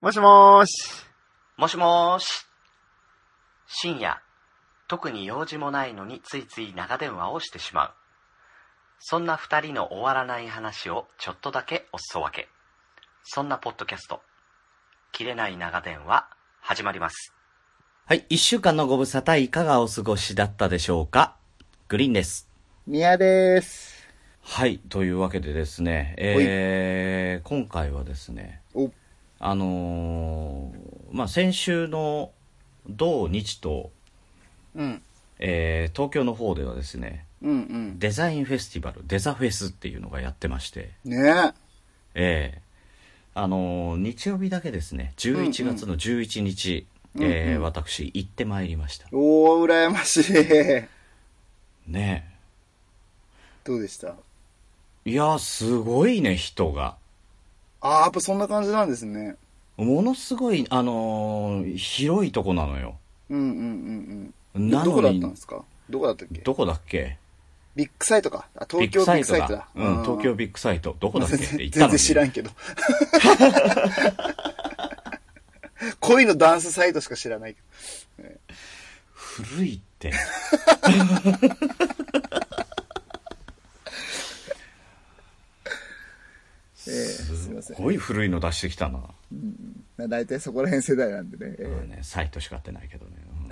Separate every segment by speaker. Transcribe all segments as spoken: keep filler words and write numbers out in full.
Speaker 1: もしもーし。
Speaker 2: もしもーし。深夜、特に用事もないのについつい長電話をしてしまう。そんな二人の終わらない話をちょっとだけおすそ分け。そんなポッドキャスト、切れない長電話、始まります。
Speaker 3: はい、一週間のご無沙汰いかがお過ごしだったでしょうか。グリーンです。
Speaker 1: 宮です。
Speaker 3: はい、というわけでですね、えー、今回はですね、
Speaker 1: お
Speaker 3: あのー、まあ先週の土日と、
Speaker 1: うん
Speaker 3: えー、東京の方ではですね、
Speaker 1: うんうん
Speaker 3: デザインフェスティバル、デザフェスっていうのがやってまして、
Speaker 1: ね
Speaker 3: えー、あのー、日曜日だけですね、じゅういちがつのじゅういちにち、
Speaker 1: うんうん
Speaker 3: えー
Speaker 1: うんうん、
Speaker 3: 私行ってまいりました。
Speaker 1: おー羨ましい。
Speaker 3: ね
Speaker 1: どうでした？
Speaker 3: え。いや、すごいね、人が。
Speaker 1: あーやっぱそんな感じなんですね。
Speaker 3: ものすごい、あのー、広いとこなのよ。
Speaker 1: うんうんうんうん
Speaker 3: なのに
Speaker 1: どどこだったんですか？どこだったっけ？
Speaker 3: どこだっけ？
Speaker 1: ビッグサイトか。あ、東京ビッグサイトだ。
Speaker 3: うん、東京ビッグサイト。どこだっけって言った
Speaker 1: 全
Speaker 3: のに。
Speaker 1: 然知らんけど。恋のダンスサイトしか知らないけど。ね、
Speaker 3: 古いって。
Speaker 1: えー、すいません。
Speaker 3: すごい古いの出してきたな。
Speaker 1: うん、大体そこら辺世代なんでね。えー
Speaker 3: うんね、サイトしかやってないけどね。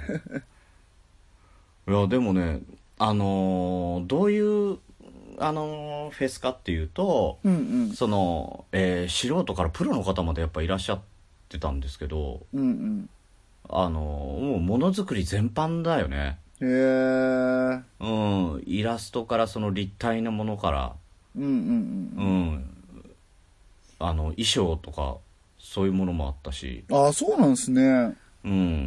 Speaker 3: うん、いや、でもね、あのー、どういう、あのー、フェスかっていうと、
Speaker 1: うんうん
Speaker 3: その、えー、素人からプロの方までやっぱいらっしゃってたんですけど、
Speaker 1: うんうん
Speaker 3: あのー、もうものづくり全般だよね。
Speaker 1: へー
Speaker 3: うん、イラストからその立体のものから、
Speaker 1: うんうんうん
Speaker 3: うんあの衣装とかそういうものもあったし、
Speaker 1: ああ、そうなんですね。
Speaker 3: うん、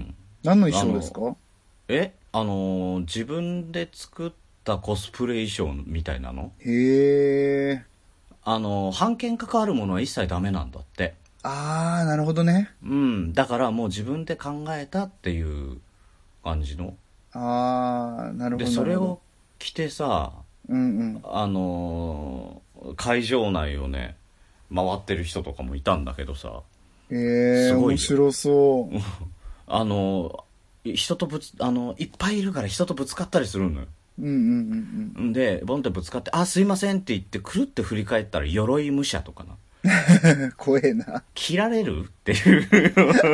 Speaker 1: 何の衣装ですか？
Speaker 3: えあの自分で作ったコスプレ衣装みたいなの、
Speaker 1: へえ。
Speaker 3: あの版権関わるものは一切ダメなんだって。
Speaker 1: ああ、なるほどね。
Speaker 3: うん、だからもう自分で考えたっていう感じの
Speaker 1: ああ、なるほど。
Speaker 3: でそれを着てさ、
Speaker 1: うんうん、
Speaker 3: あの会場内をね回ってる人とかもいたんだけどさ、
Speaker 1: へえ、
Speaker 3: すごいよ
Speaker 1: 面白そう。
Speaker 3: あの人とぶつあのいっぱいいるから人とぶつかったりするのよ。
Speaker 1: うんうんうん
Speaker 3: でボンってぶつかって「あすいません」って言ってくるって振り返ったら鎧武者とかな
Speaker 1: うん。怖えな。
Speaker 3: 切られるっていう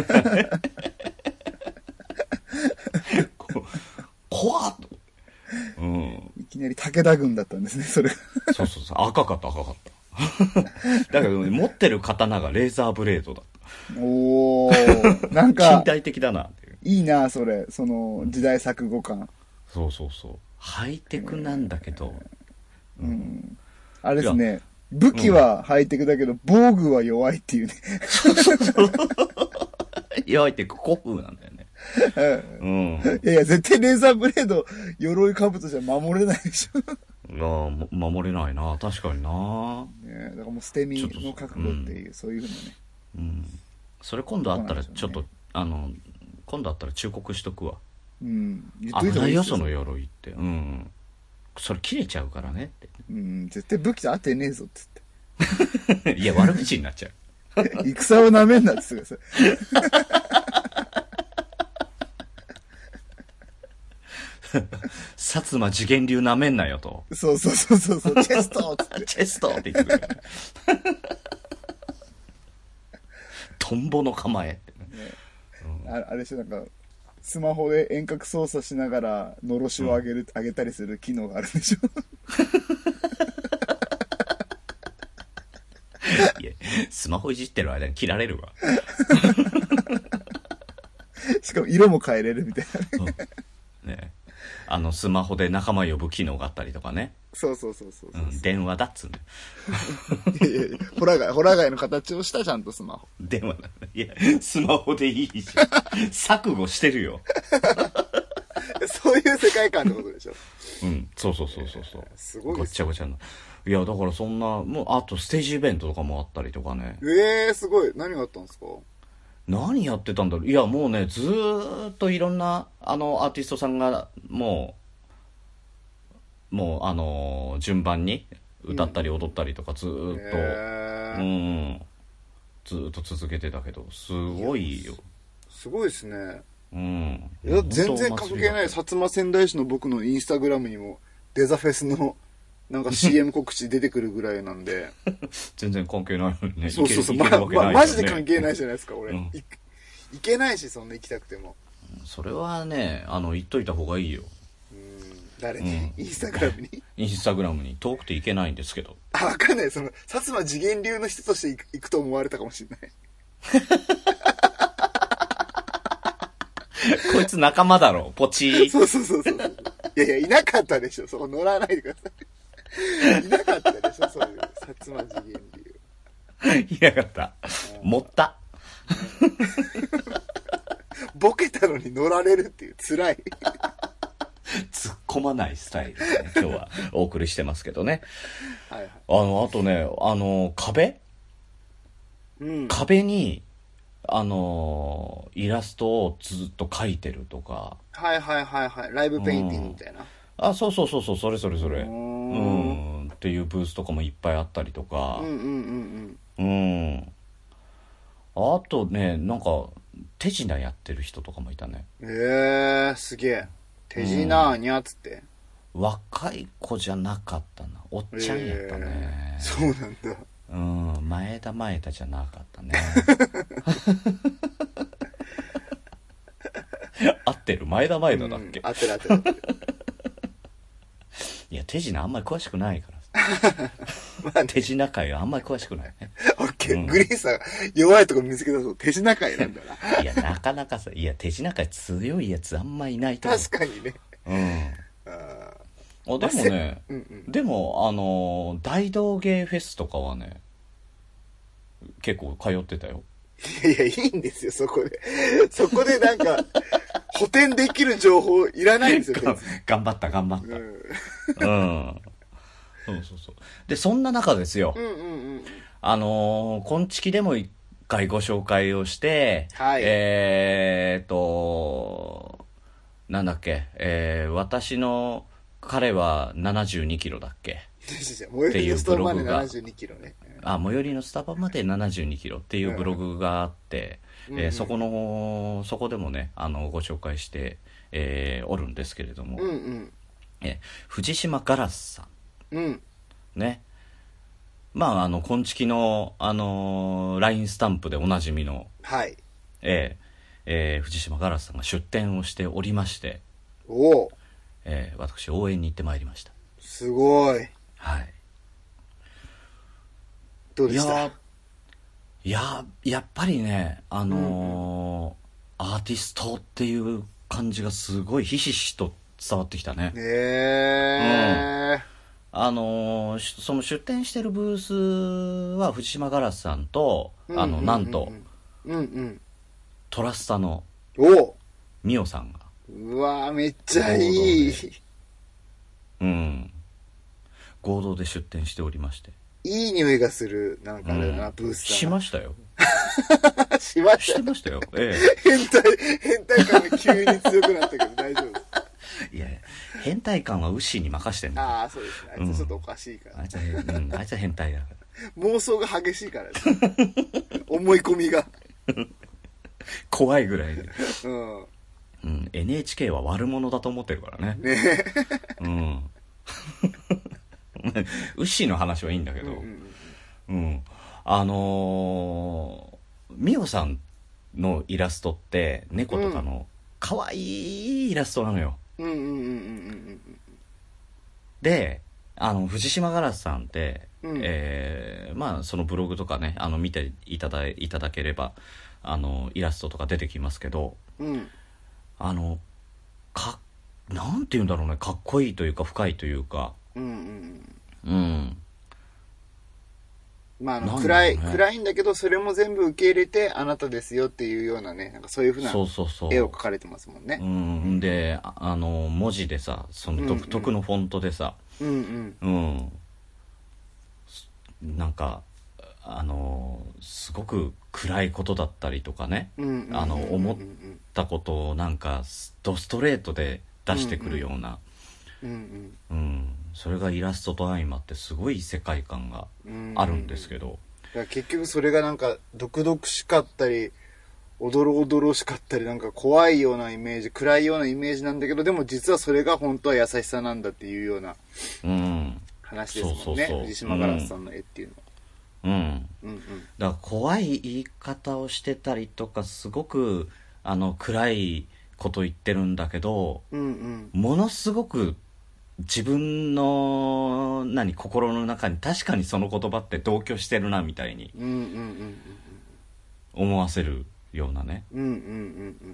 Speaker 3: こ怖っ、うん、
Speaker 1: いきなり武田軍だったんですね、それ。
Speaker 3: そうそうそう赤かった赤かっただけど、ね、持ってる刀がレーザーブレードだった。
Speaker 1: おお、なんか
Speaker 3: 近代的だなっていう。
Speaker 1: いいな、それ。その時代錯誤感。
Speaker 3: そうそうそうハイテクなんだけど、
Speaker 1: うん、うん、あれですね、武器はハイテクだけど、防具は弱いっていうね。
Speaker 3: そうそうそう弱いって古風なんだよね。うん。
Speaker 1: いやいや、絶対レーザーブレード、鎧兜じゃ守れないでしょ。
Speaker 3: いや守れないな、確かにな、
Speaker 1: ね、だからもう捨て身の覚悟っていう、うん、そういうふうなね、
Speaker 3: うん、それ今度あったらちょっと、ね、あの今度あったら忠告しとくわ。
Speaker 1: うん、
Speaker 3: 言っといた方がいいですよ。危ないよその鎧って、うん、それ切れちゃうからねって、
Speaker 1: うん、絶対武器と合ってねえぞっつ
Speaker 3: っていや悪口になっちゃう
Speaker 1: 戦をなめんなっつってください
Speaker 3: 薩摩次元流なめんなよと。
Speaker 1: そうそうそうそうそうチェストっつって
Speaker 3: チェストって言ってくるトンボの構えって、ね
Speaker 1: ね、うん、あ, あれしなんかスマホで遠隔操作しながらのろしを上げる、うん、上げたりする機能があるんでしょ
Speaker 3: いやスマホいじってる間に切られるわ
Speaker 1: しかも色も変えれるみたいなね、
Speaker 3: うん、ねあのスマホで仲間呼ぶ機能があったりとかね。
Speaker 1: そうそうそうそうそう、
Speaker 3: うん、電話だっつうね
Speaker 1: いやいやいやホラガイホラガイの形をしたちゃんとスマホ
Speaker 3: 電話だいやスマホでいいじゃん錯誤してるよ
Speaker 1: そういう世界観ってことでしょ。
Speaker 3: うんそうそうそうそうそう、えー、
Speaker 1: すごい
Speaker 3: ごっちゃごちゃな。いやだからそんなもうあとステージイベントとかもあったりとかね。
Speaker 1: えー、すごい。何があったんですか？
Speaker 3: 何やってたんだろう。いやもうねずーっといろんなあのアーティストさんがもうもうあのー、順番に歌ったり踊ったりとかずーっと、うん、うん、 ずーっと続けてたけどすごいよ。
Speaker 1: すごいですね。
Speaker 3: うん。
Speaker 1: いや全然関係ない薩摩川内市の僕のインスタグラムにもデザフェスのなんか シーエム 告知出てくるぐらいなんで
Speaker 3: 全然関係ないのにね。
Speaker 1: そうそうそう、ままマジで関係ないじゃないですか俺、うん、い, いけないしそんな行きたくても。
Speaker 3: それはねあの言っといた方がいいよ。
Speaker 1: うん誰に、うん、インスタグラムに
Speaker 3: インスタグラムに遠くて行けないんですけど。
Speaker 1: あ分かんない、その薩摩次元流の人として行く行くと思われたかもしれない
Speaker 3: こいつ仲間だろポチー。
Speaker 1: そうそうそうそう。いやいやいなかったでしょ、そこ乗らないでくださいいなかったでしょそういう薩摩次元流
Speaker 3: いなかった持った
Speaker 1: ボケたのに乗られるっていう辛い
Speaker 3: 突っ込まないスタイルで、ね、今日はお送りしてますけどね
Speaker 1: はい、はい、
Speaker 3: あのあとねあの壁、うん、壁にあのイラストをずっと描いてるとか。
Speaker 1: はいはいはいはいライブペインティングみたいな、うん、
Speaker 3: あそうそうそうそうそれそれそれうんっていうブースとかもいっぱいあったりとか。
Speaker 1: うんうんうん
Speaker 3: うんうんあとねなんか手品やってる人とかもいたね。
Speaker 1: えー、すげえ手品にゃっつって、
Speaker 3: うん、若い子じゃなかったなおっちゃんやったね、
Speaker 1: えー、そうなんだ。
Speaker 3: うん前田前田じゃなかったね合ってる前田前田だっけ、
Speaker 1: うん、合ってる合ってる合ってる
Speaker 3: いや手品あんまり詳しくないからまあ、ね、手品界はあんまり詳しくないね。
Speaker 1: オッケー、うん、グリーンさん弱いとこ見つけたぞ手品界なんだな。
Speaker 3: いやなかなかさいや手品界強いやつあんまいないと思う。
Speaker 1: 確かにね。
Speaker 3: うん。ああでもね、うんうん、でもあの大道芸フェスとかはね結構通ってたよ。
Speaker 1: いやいやいいんですよそこでそこでなんか補填できる情報いらないんですよ
Speaker 3: 頑張った頑張った。うん、うん、そうそうそう。でそんな中ですよ、うんうんうん、あのー、こんちきでも一回ご紹介をして、はい、えーとなんだっけ、えー、私の彼はななじゅうにキロだっけ
Speaker 1: 最寄りのスタバまでななじゅうにキロね。
Speaker 3: あ最寄りのスタバまでななじゅうにキロっていうブログがあって、うんえー、そこのそこでもねあのご紹介して、えー、おるんですけれども、うんうんえー、藤島ガラスさん、うん、ねまああの今月のあのー、ラインスタンプでおなじみの、
Speaker 1: はい
Speaker 3: えーえー、藤島ガラスさんが出展をしておりまして、
Speaker 1: お、
Speaker 3: えー、私応援に行ってまいりました。
Speaker 1: すごい。
Speaker 3: はい。
Speaker 1: どうでした？
Speaker 3: いや、いや、やっぱりね、あのーうん、アーティストっていう感じがすごいひしひしと伝わってきたね。
Speaker 1: へー。うん。
Speaker 3: あのー、その出展してるブースは藤島ガラスさんと、うんうんうんうん、あの、なんと、
Speaker 1: うんうん、
Speaker 3: トラスタのミオさんが。
Speaker 1: うわー、めっちゃいい。
Speaker 3: うん。合同で出展しておりまして。
Speaker 1: いい匂いがする、なんかあれな、うん、ブースター。
Speaker 3: しましたよ。
Speaker 1: しました。
Speaker 3: してましたよ。え
Speaker 1: え。変態、変態感が急に強くなったけど大丈夫です。
Speaker 3: いや、変態感はウッシーに任してんだ。
Speaker 1: ああ、そうですね。あいつはちょっとおかしいから。
Speaker 3: うん、あいつは、うん、あいつは変態だから。
Speaker 1: 妄想が激しいからね。思い込みが。
Speaker 3: 怖いぐらいで。
Speaker 1: うん。
Speaker 3: うん、エヌエイチケー は悪者だと思ってるからね。
Speaker 1: ね
Speaker 3: うん。ウッシーの話はいいんだけど、うん、うん、あのー、ミオさんのイラストって猫とかの可愛いイラストなのよ。で、あの藤島ガラスさんって、うん、えー、まあそのブログとかねあの見ていただいただければあのイラストとか出てきますけど、うん、あのかなんて言うんだろうねかっこいいというか深いというか。うんうんうん、
Speaker 1: まああの、ね、暗い暗いんだけどそれも全部受け入れてあなたですよっていうようなねなんかそういう風な絵を描かれてますもんね。
Speaker 3: うん、であの文字でさその独特のフォントでさ、うんうん、うん、なんかあのすごく暗いことだったりとかね、あの思ったことをなんかドストレートで出してくるような。うんうんうん、それがイラストと相まってすごい世界観があるんですけど、
Speaker 1: ら結局それがなんか毒々しかったりおどろおどろしかったりなんか怖いようなイメージ暗いようなイメージなんだけどでも実はそれが本当は優しさなんだっていうような話ですもんね、
Speaker 3: そうそうそう
Speaker 1: 藤島ガラスさんの絵っていうのは、
Speaker 3: うん、うん
Speaker 1: うんうん、
Speaker 3: だから怖い言い方をしてたりとかすごくあの暗いこと言ってるんだけど、
Speaker 1: うんうん、
Speaker 3: ものすごく自分の何心の中に確かにその言葉って同居してるなみたいに思わせるようなね、
Speaker 1: うんうんうんうん、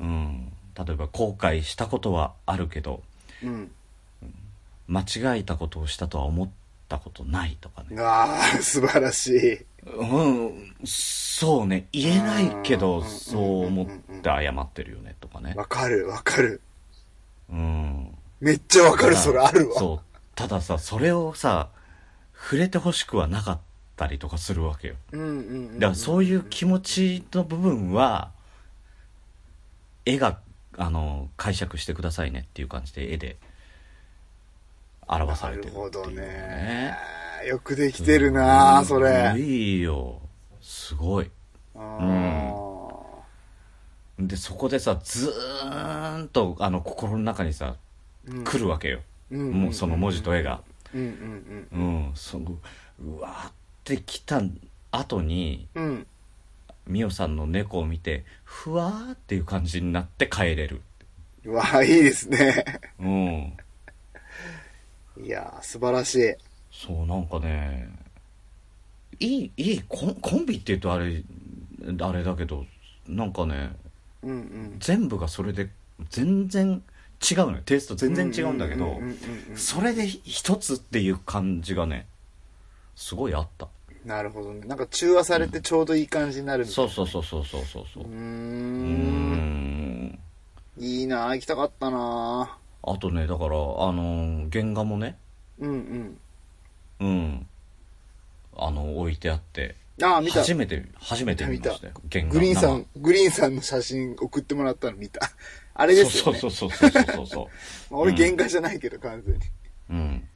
Speaker 3: 例えば後悔したことはあるけど、
Speaker 1: うん、
Speaker 3: 間違えたことをしたとは思ったことないとかね。
Speaker 1: ああ素晴らしい。
Speaker 3: うん、そうね言えないけどそう思って謝ってるよねとかね。
Speaker 1: わかるわかる。
Speaker 3: うん。
Speaker 1: めっちゃわかるそれあるわ。
Speaker 3: そうたださそれをさ触れてほしくはなかったりとかするわけよ。
Speaker 1: うんうんうんうん、
Speaker 3: だからそういう気持ちの部分は絵があの解釈してくださいねっていう感じで絵で表されてるっていう、ね、
Speaker 1: なるほどね。よくできてるなそれ。
Speaker 3: いいよすごい。あ、うん、でそこでさずーんとあの心の中にさ、うん、来るわけよ、うんうんうんうん、もうその文字と絵が、うんうんうんうん、そのうわーって来た後に、うん、ミオさんの猫を見てふわーっていう感じになって帰れる。
Speaker 1: うわーいいですね。
Speaker 3: うん。
Speaker 1: いやー素晴らしい。
Speaker 3: そうなんかねいいいいコン、コンビって言うとあれあれだけどなんかね、うんうん、全部がそれで全然違うのよ。テイスト全然違うんだけどそれで一つっていう感じがねすごいあった。
Speaker 1: なるほどね。なんか中和されてちょうどいい感じになるみたいな、
Speaker 3: うん、そうそうそうそうそうそう。うーん、うーん
Speaker 1: いいな行きたかったな。
Speaker 3: あとねだからあの原画もねうんうんうんあの置いてあって、あ見た初めて初めて見ましたよ原画。
Speaker 1: グリーンさんグリーンさんの写真送ってもらったの見た。あれですよね。
Speaker 3: そうそうそうそうそうそう
Speaker 1: まあ俺原画じゃないけど、うん、完全に
Speaker 3: うん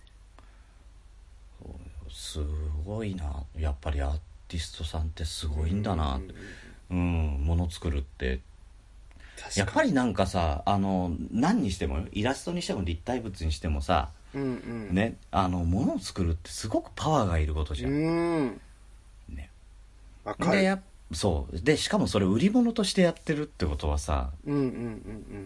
Speaker 3: すごいなやっぱりアーティストさんってすごいんだな、うん、うん、もの作るってやっぱりなんかさあの何にしてもイラストにしても立体物にしてもさ、うんうん、ねあのものを作るってすごくパワーがいることじゃん。うんね。わかる。でやそうでしかもそれ売り物としてやってるってことはさ、うんうんうんうん、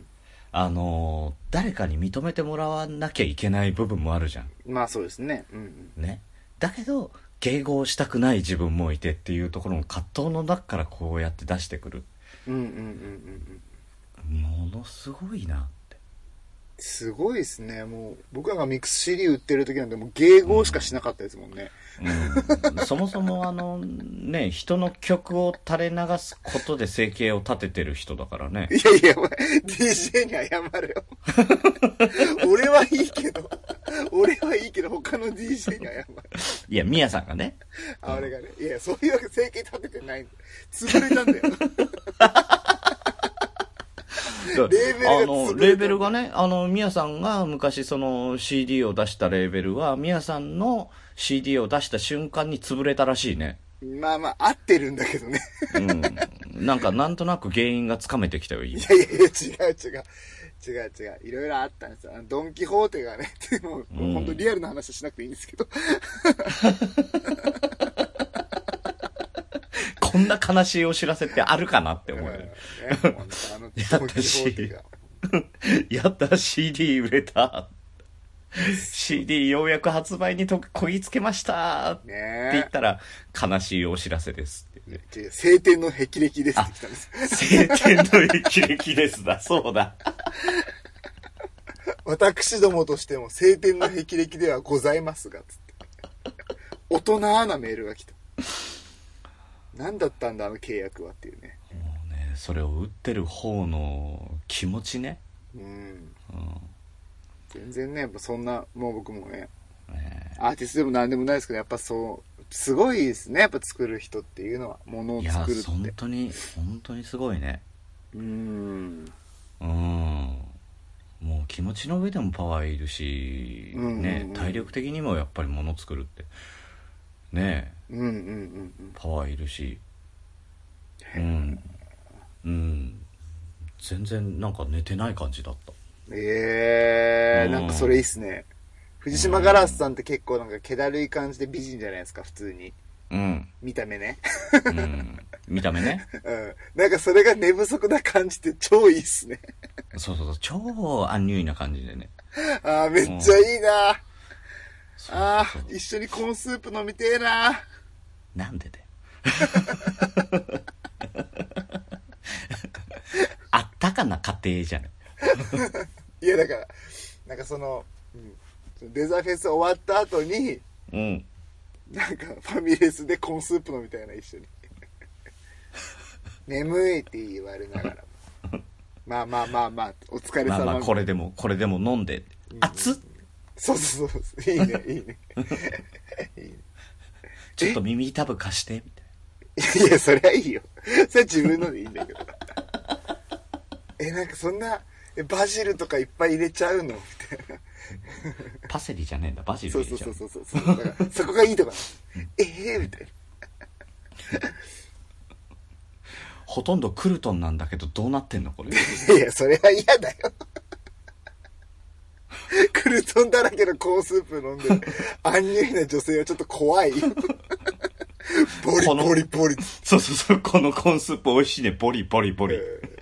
Speaker 3: あの誰かに認めてもらわなきゃいけない部分もあるじゃん。
Speaker 1: まあそうですね。うんうん、
Speaker 3: ね。だけど迎合したくない自分もいてっていうところの葛藤の中からこうやって出してくる。うんうんうんうんうんものすごいなって
Speaker 1: すごいですね。もう僕らがミックス シーディー 売ってる時なんてもう迎合しかしなかったですもんね、
Speaker 3: うんうん、そもそもあのね人の曲を垂れ流すことで生計を立ててる人だからね。
Speaker 1: いやいやお前 ディージェー に謝れよ俺はいいけど俺はいいけど他の ディージェー に謝れ。
Speaker 3: いやミヤさんがね
Speaker 1: あ俺がねいやそういうわけ生計立ててないんだ潰れたんだよ
Speaker 3: レーベルがあのレーベルがねあのミヤさんが昔その シーディー を出したレーベルはミヤさんの シーディー を出した瞬間に潰れたらしいね。
Speaker 1: まあまあ合ってるんだけどね
Speaker 3: うんなんかなんとなく原因がつかめてきたよ今。
Speaker 1: いやいやいや違う違う違う違ういろいろあったんですよ。ドン・キホーテがねもう、うん、本当リアルな話しなくていいんですけど
Speaker 3: こんな悲しいお知らせってあるかなって思うよ、ね、やったしやった シーディー 売れたシーディー ようやく発売にとこぎつけましたって言ったら悲しいお知らせですって、ね、
Speaker 1: 違う晴天の霹靂ですって来たんです
Speaker 3: 晴天の霹靂ですだそうだ
Speaker 1: 私どもとしても晴天の霹靂ではございますがつって大人なメールが来た。何だったんだあの契約はっていうね。
Speaker 3: もうねそれを打ってる方の気持ちね。うん、うん、
Speaker 1: 全然ねやっぱそんなもう僕もね、ねアーティストでも何でもないですけどやっぱそうすごいですねやっぱ作る人っていうのはものを作るって。いや
Speaker 3: 本当に本当にすごいね。うんうんもう気持ちの上でもパワーいるし、うんうんうん、ね体力的にもやっぱりもの作るってね
Speaker 1: え、うんうんうんうん
Speaker 3: パワーいるし、うんうん全然なんか寝てない感じだった。
Speaker 1: ええー、なんかそれいいっすね。藤島ガラスさんって結構なんか気だるい感じで美人じゃないですか、普通に。
Speaker 3: うん。
Speaker 1: 見た目ね。
Speaker 3: うん。見た目ね。
Speaker 1: うん。なんかそれが寝不足な感じって超いいっすね。
Speaker 3: そうそうそう、超アンニュイな感じでね。
Speaker 1: ああ、めっちゃいいな。ああ、一緒にコーンスープ飲みてえな。
Speaker 3: なんでであったかな家庭じゃない。
Speaker 1: いやだから、なんかその、うん、デザフェス終わった後に、
Speaker 3: うん。
Speaker 1: なんかファミレスでコーンスープ飲みたいな、一緒に。眠いって言われながら。まあまあまあまあ、お疲れ様。
Speaker 3: まあまあ、これでも、これでも飲んで。熱っ、
Speaker 1: そうそうそう。いいね、いいね。いいね。
Speaker 3: ちょっと耳たぶ貸して、みたい
Speaker 1: な。いや、そりゃいいよ。それは自分のでいいんだけど。え、なんかそんな、バジルとかいっぱい入れちゃうのみたいな。
Speaker 3: パセリじゃねえんだ、バジル入れちゃう。
Speaker 1: そうそうそうそう。だからそこがいいとか。ええー、みたいな。
Speaker 3: ほとんどクルトンなんだけどどうなってんのこれ。
Speaker 1: いや、それは嫌だよ。クルトンだらけのコーンスープ飲んでるアンニュイな女性はちょっと怖いよ。ボリボリボリ。
Speaker 3: そうそうそう、このコーンスープ美味しいね、ボリボリボリ。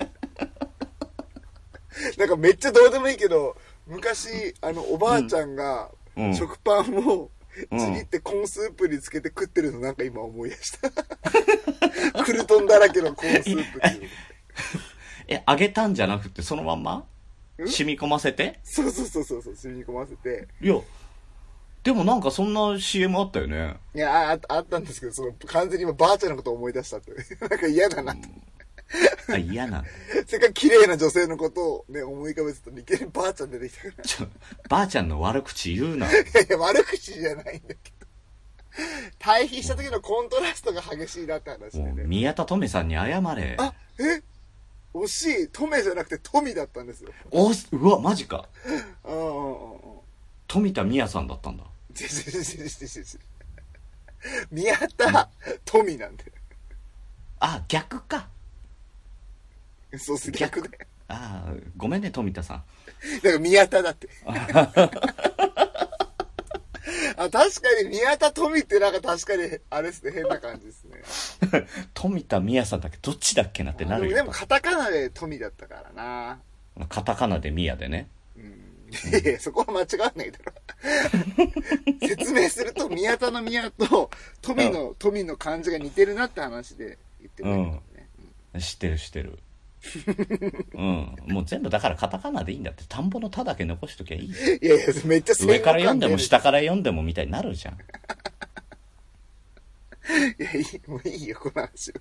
Speaker 1: なんかめっちゃどうでもいいけど、昔あのおばあちゃんが食パンをちぎってコーンスープにつけて食ってるのなんか今思い出した。クルトンだらけのコーンスープっていう。
Speaker 3: え、揚げたんじゃなくてそのまんま染み込ませて？
Speaker 1: そうそうそうそうそう、染み込ませて。
Speaker 3: いや、でもなんかそんな シーエム あったよね。
Speaker 1: いや、あ、あったんですけど、その完全に今ばあちゃんのことを思い出したって。なんか嫌だなって。
Speaker 3: あ、嫌な。
Speaker 1: せっかく綺麗な女性のことをね、思い浮かべてたのに、いきなりばあちゃん出てきたから。
Speaker 3: ちょ、ばあちゃんの悪口言うな。
Speaker 1: いやいや、悪口じゃないんだけど。対比した時のコントラストが激しいなって話でね。
Speaker 3: 宮田留さんに謝れ。
Speaker 1: あ、え惜しい。トメじゃなくて富だったんですよ。
Speaker 3: お、うわ、マジか。
Speaker 1: ああ、ああ、
Speaker 3: 富田宮さんだったんだ。
Speaker 1: ちちちちちちち。宮田富なんで。
Speaker 3: あ、逆か。
Speaker 1: そうっす、逆で。
Speaker 3: ああ、ごめんね、富田さん。
Speaker 1: だから宮田だって。あ、確かに宮田富ってなんか確かにあれですね、変な感じですね。
Speaker 3: 富田宮さんだっけ、どっちだっけなってなるよ。
Speaker 1: でも、でもカタカナで富だったからな。
Speaker 3: カタカナで宮でね。
Speaker 1: うん。いや、そこは間違わないだろ。説明すると宮田の宮と富の富の漢字が似てるなって話で言ってもらえるね、
Speaker 3: うん。知ってる知ってる。うん、もう全部だからカタカナでいいんだって。田んぼの田だけ残しときゃいい。い
Speaker 1: やいや、めっちゃ
Speaker 3: 上から読んでも下から読んでもみたいになるじゃん。
Speaker 1: いや、いい、もういいよ、この話。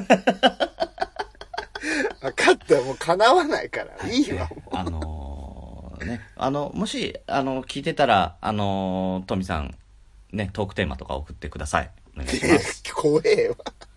Speaker 1: 分かった、もう叶わないから。いいわ、もう。
Speaker 3: あのー、ね、あの、もし、あの、聞いてたら、あのー、トミさん、ね、トークテーマとか送ってください。お願いします。
Speaker 1: 怖えわ。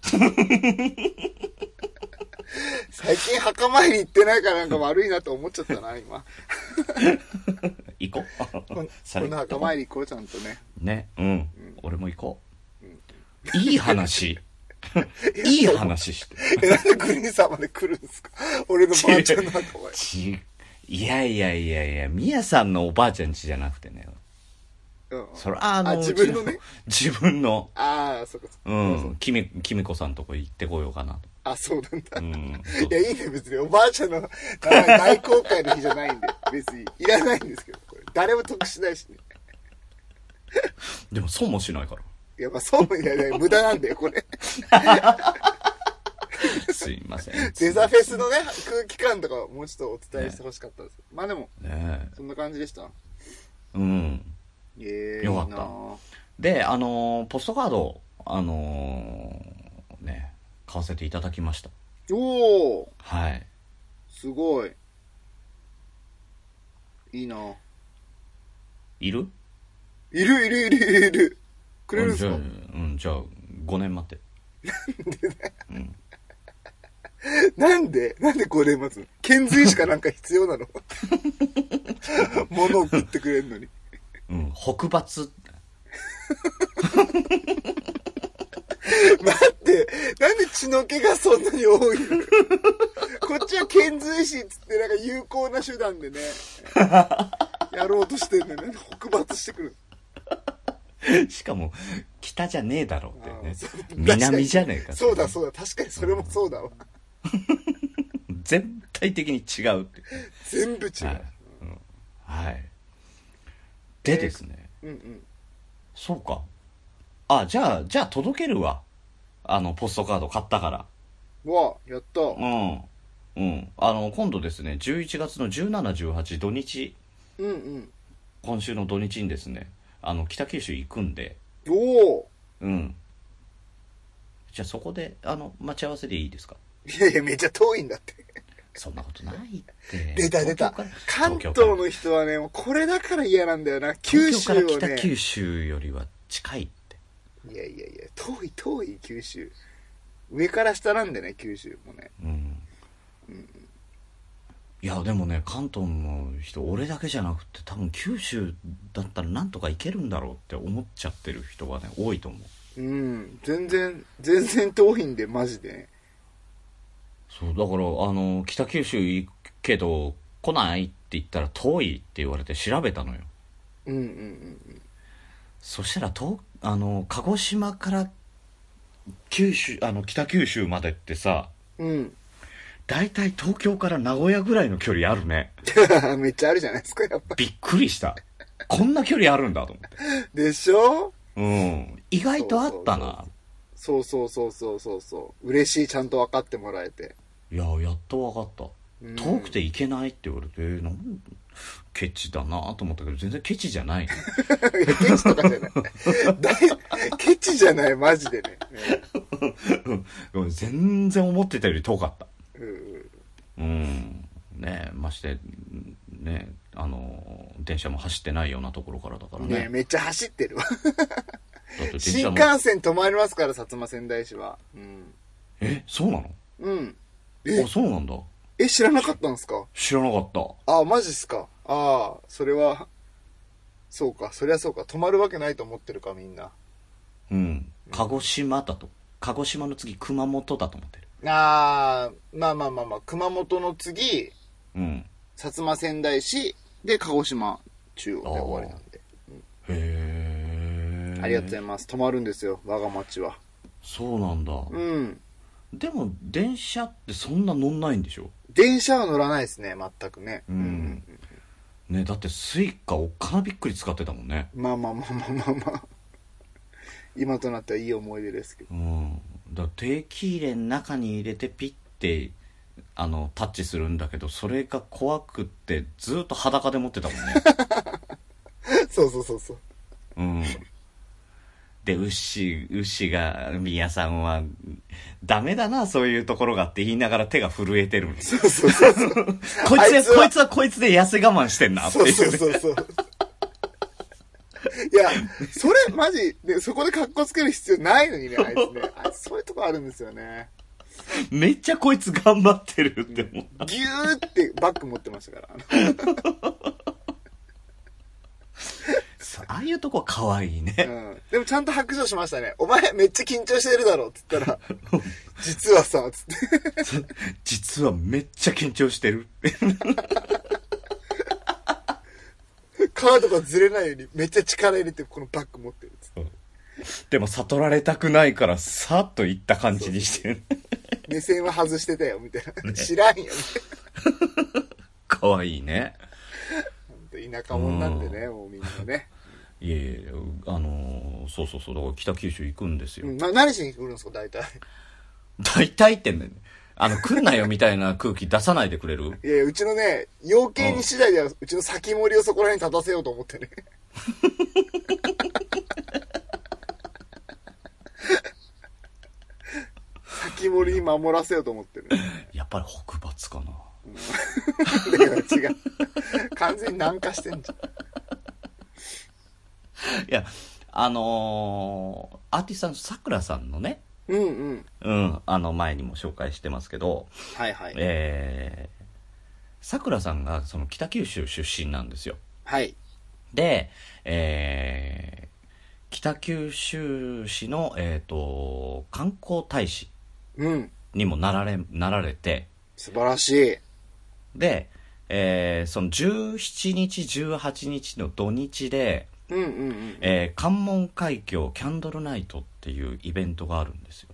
Speaker 1: 最近墓参り行ってないからなんか悪いなと思っちゃったな、今。
Speaker 3: 行こう。
Speaker 1: この墓参り行こう、ちゃんとね。
Speaker 3: ね、うん。うん、俺も行こう。うん、いい話。いい話して。
Speaker 1: え、なんでグリーンさんまで来るんですか？俺のばあちゃんの墓参
Speaker 3: り。いやいやいやいや、みやさんのおばあちゃん家じゃなくてね。うん、それああの
Speaker 1: あ、自分のね。
Speaker 3: 自分の。
Speaker 1: ああ、そっかそっか。
Speaker 3: うん。きみ、きみこさんとこ行ってこようかなと。
Speaker 1: あ、そうなんだ。
Speaker 3: うん。
Speaker 1: いや、いいね、別に。おばあちゃんの名前大公開の日じゃないんで、別にいらないんですけど、これ。誰も得しないしね。
Speaker 3: でも損もしないから。
Speaker 1: いや、まあ、損もいやいや、無駄なんだよ、これ。
Speaker 3: すいません。
Speaker 1: デザフェスのね、空気感とかもうちょっとお伝えしてほしかったです。ね、まあでも、ね、そんな感じでした。
Speaker 3: うん。
Speaker 1: えー、
Speaker 3: よかった。で、あのー、ポストカード、あのー、ね、買わせていただきました。
Speaker 1: おー、
Speaker 3: はい。
Speaker 1: すごい。いいな。
Speaker 3: いる
Speaker 1: いるいるいるいるいる。くれるんですか？
Speaker 3: うん、じゃあ、ごねん待って。
Speaker 1: なんでだよ。うん、なんでなんでごねん待つの？遣隋使かなんか必要なの？物を送ってくれるのに。
Speaker 3: うん、北伐。
Speaker 1: 待って、なんで血の気がそんなに多いの？こっちは遣隋使っつってなんか有効な手段でね、やろうとしてんのね、北伐してくる。
Speaker 3: しかも、北じゃねえだろうってね。南じゃねえか。
Speaker 1: そうだそうだ、確かにそれもそうだわ。
Speaker 3: 全体的に違うって。
Speaker 1: 全部違う。
Speaker 3: はいうん、はい。でですね。
Speaker 1: うんうん。
Speaker 3: そうか。あ、じゃあ、じゃあ届けるわ。あの、ポストカード買ったから。
Speaker 1: うわ、やった。
Speaker 3: うん。うん。あの、今度ですね、じゅういちがつのじゅうしち、じゅうはち土日。
Speaker 1: うんうん。
Speaker 3: 今週の土日にですね、あの、北九州行くんで。
Speaker 1: おお。
Speaker 3: うん。じゃあそこで、あの、待ち合わせでいいですか？
Speaker 1: いやいや、めっちゃ遠いんだって。
Speaker 3: そんなことないって。
Speaker 1: 出た出た。関東の人はね、もうこれだから嫌なんだよな。九州をね。
Speaker 3: 東京から北九州よりは近いって。
Speaker 1: いやいやいや、遠い遠い九州。上から下なんでね、九州もね。うん。
Speaker 3: うん、いや、でもね、関東の人、俺だけじゃなくて、多分九州だったらなんとかいけるんだろうって思っちゃってる人がね、多いと思う。
Speaker 1: うん。全然、全然遠いんで、マジでね。
Speaker 3: そう、だから、あの、北九州行くけど、来ないって言ったら遠いって言われて調べたのよ。
Speaker 1: うんうんうんうん。
Speaker 3: そしたら、と、あの、鹿児島から九州、あの、北九州までってさ、
Speaker 1: うん。
Speaker 3: だいたい東京から名古屋ぐらいの距離あるね。
Speaker 1: めっちゃあるじゃないですか、やっぱ
Speaker 3: り。びっくりした。こんな距離あるんだと思って。
Speaker 1: でしょ？
Speaker 3: うん。意外とあったな。
Speaker 1: そうそうそうそうそうそう。嬉しい、ちゃんと分かってもらえて。
Speaker 3: いや、やっと分かった。うん、遠くて行けないって言われて、なんケチだなと思ったけど、全然ケチじゃない、ね。
Speaker 1: ケチとかじゃない。ケチじゃない、マジでね。
Speaker 3: うん、全然思ってたより遠かった。
Speaker 1: うん。
Speaker 3: うん。ねえ、まして、ねあの、電車も走ってないようなところからだからね。
Speaker 1: ねえ、めっちゃ走ってるわ。新幹線止まりますから、薩摩川内市は。うん。
Speaker 3: え、そうなの？
Speaker 1: うん。
Speaker 3: え、あ、そうなんだ。
Speaker 1: え、知らなかったんですか？
Speaker 3: 知らなかった。
Speaker 1: あ、マジっすか。ああ、それは、そうか、そりゃそうか。止まるわけないと思ってるか、みんな。
Speaker 3: うん。鹿児島だと。鹿児島の次、熊本だと思ってる。
Speaker 1: ああ、まあまあまあまあ、熊本の次、
Speaker 3: うん。
Speaker 1: 薩摩川内市で鹿児島中央で終わりなんで。うん、へ
Speaker 3: え。
Speaker 1: ありがとうございます。止まるんですよ、我が町は。
Speaker 3: そうなんだ。
Speaker 1: うん。
Speaker 3: でも、電車ってそんな乗んないんでしょ？
Speaker 1: 電車は乗らないですね、全くね。
Speaker 3: うん。うんね、だってスイカおっかなびっくり使ってたもんね。
Speaker 1: まあまあまあまあまあまあ。今となってはいい思い出ですけど。
Speaker 3: うん。だから定期入れの中に入れてピッて、あの、タッチするんだけど、それが怖くってずっと裸で持ってたもんね。
Speaker 1: そうそうそうそう。
Speaker 3: うん。で、ウッシー、ウッシーが、宮さんは、ダメだな、そういうところがって言いながら手が震えてるの。
Speaker 1: そうそうそうそう。
Speaker 3: こいつは、こいつはこいつで痩せ我慢してんな、っていう。
Speaker 1: そうそうそうそう。いや、それ、マジ、で、そこで格好つける必要ないのにね、あいつね。あいつそういうとこあるんですよね。
Speaker 3: めっちゃこいつ頑張ってるって思う。
Speaker 1: ギューってバッグ持ってましたから。
Speaker 3: ああいうとこ可愛いね、
Speaker 1: うん。でもちゃんと白状しましたね。お前めっちゃ緊張してるだろって言ったら、実はさ、つって。
Speaker 3: 実はめっちゃ緊張してる。
Speaker 1: カードがずれないようにめっちゃ力入れてこのバッグ持ってるっつって。
Speaker 3: でも悟られたくないからさっといった感じにしてる。
Speaker 1: 目線は外してたよみたいな。ね、知らんよみたいな。
Speaker 3: 可愛いね。
Speaker 1: 田舎者なんでね、もうみんなね。
Speaker 3: いえいえ、あのー、そうそうそう、だから北九州行くんですよ。
Speaker 1: うん、な何しに来るんですか、大体。
Speaker 3: 大体ってね、あの、来んなよみたいな空気出さないでくれる？
Speaker 1: いやいや、うちのね、養鶏に次第では、うちの先森をそこら辺に立たせようと思ってね。先森に守らせようと思ってる。
Speaker 3: やっぱり北伐かな。
Speaker 1: だから違う。完全に南下してんじゃん。
Speaker 3: いや、あのー、アーティストのさくらさんのね、
Speaker 1: うんうん。
Speaker 3: うん、あの前にも紹介してますけど、
Speaker 1: はいはい。
Speaker 3: えー、さくらさんがその北九州出身なんですよ。
Speaker 1: はい。
Speaker 3: で、えー、 北九州市の、えー、と観光大使
Speaker 1: うん
Speaker 3: にもなられ、なられて、
Speaker 1: 素晴らしい。
Speaker 3: で、えーそのじゅうしちにちじゅうはちにちの土日で、
Speaker 1: うんうんうん。
Speaker 3: えー関門海峡キャンドルナイトっていうイベントがあるんですよ。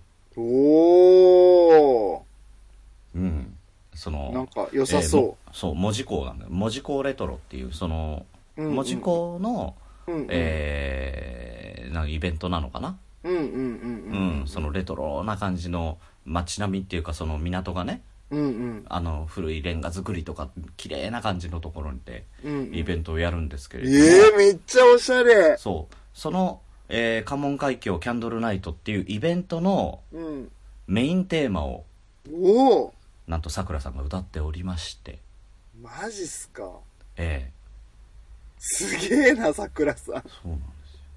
Speaker 1: おー。
Speaker 3: うん。その
Speaker 1: なんか良さそう。
Speaker 3: えーそう、門司港なんだよ。門司港レトロっていう、その、
Speaker 1: うんうん、
Speaker 3: 門司港の、
Speaker 1: うんうん、
Speaker 3: えー、なんかイベントなのかな。
Speaker 1: うんうんうんうん、
Speaker 3: うん、そのレトロな感じの街並みっていうか、その港がね、
Speaker 1: うんうん、
Speaker 3: あの古いレンガ造りとか綺麗な感じのところでイベントをやるんですけれども、
Speaker 1: えー、めっちゃおしゃれ。
Speaker 3: そう、その、えー、関門海峡キャンドルナイトっていうイベントのメインテーマを、
Speaker 1: おー、
Speaker 3: なんとさくらさんが歌っておりまして。
Speaker 1: マジっすか。
Speaker 3: ええ
Speaker 1: すげえな、さくらさん。
Speaker 3: そうなんですよ。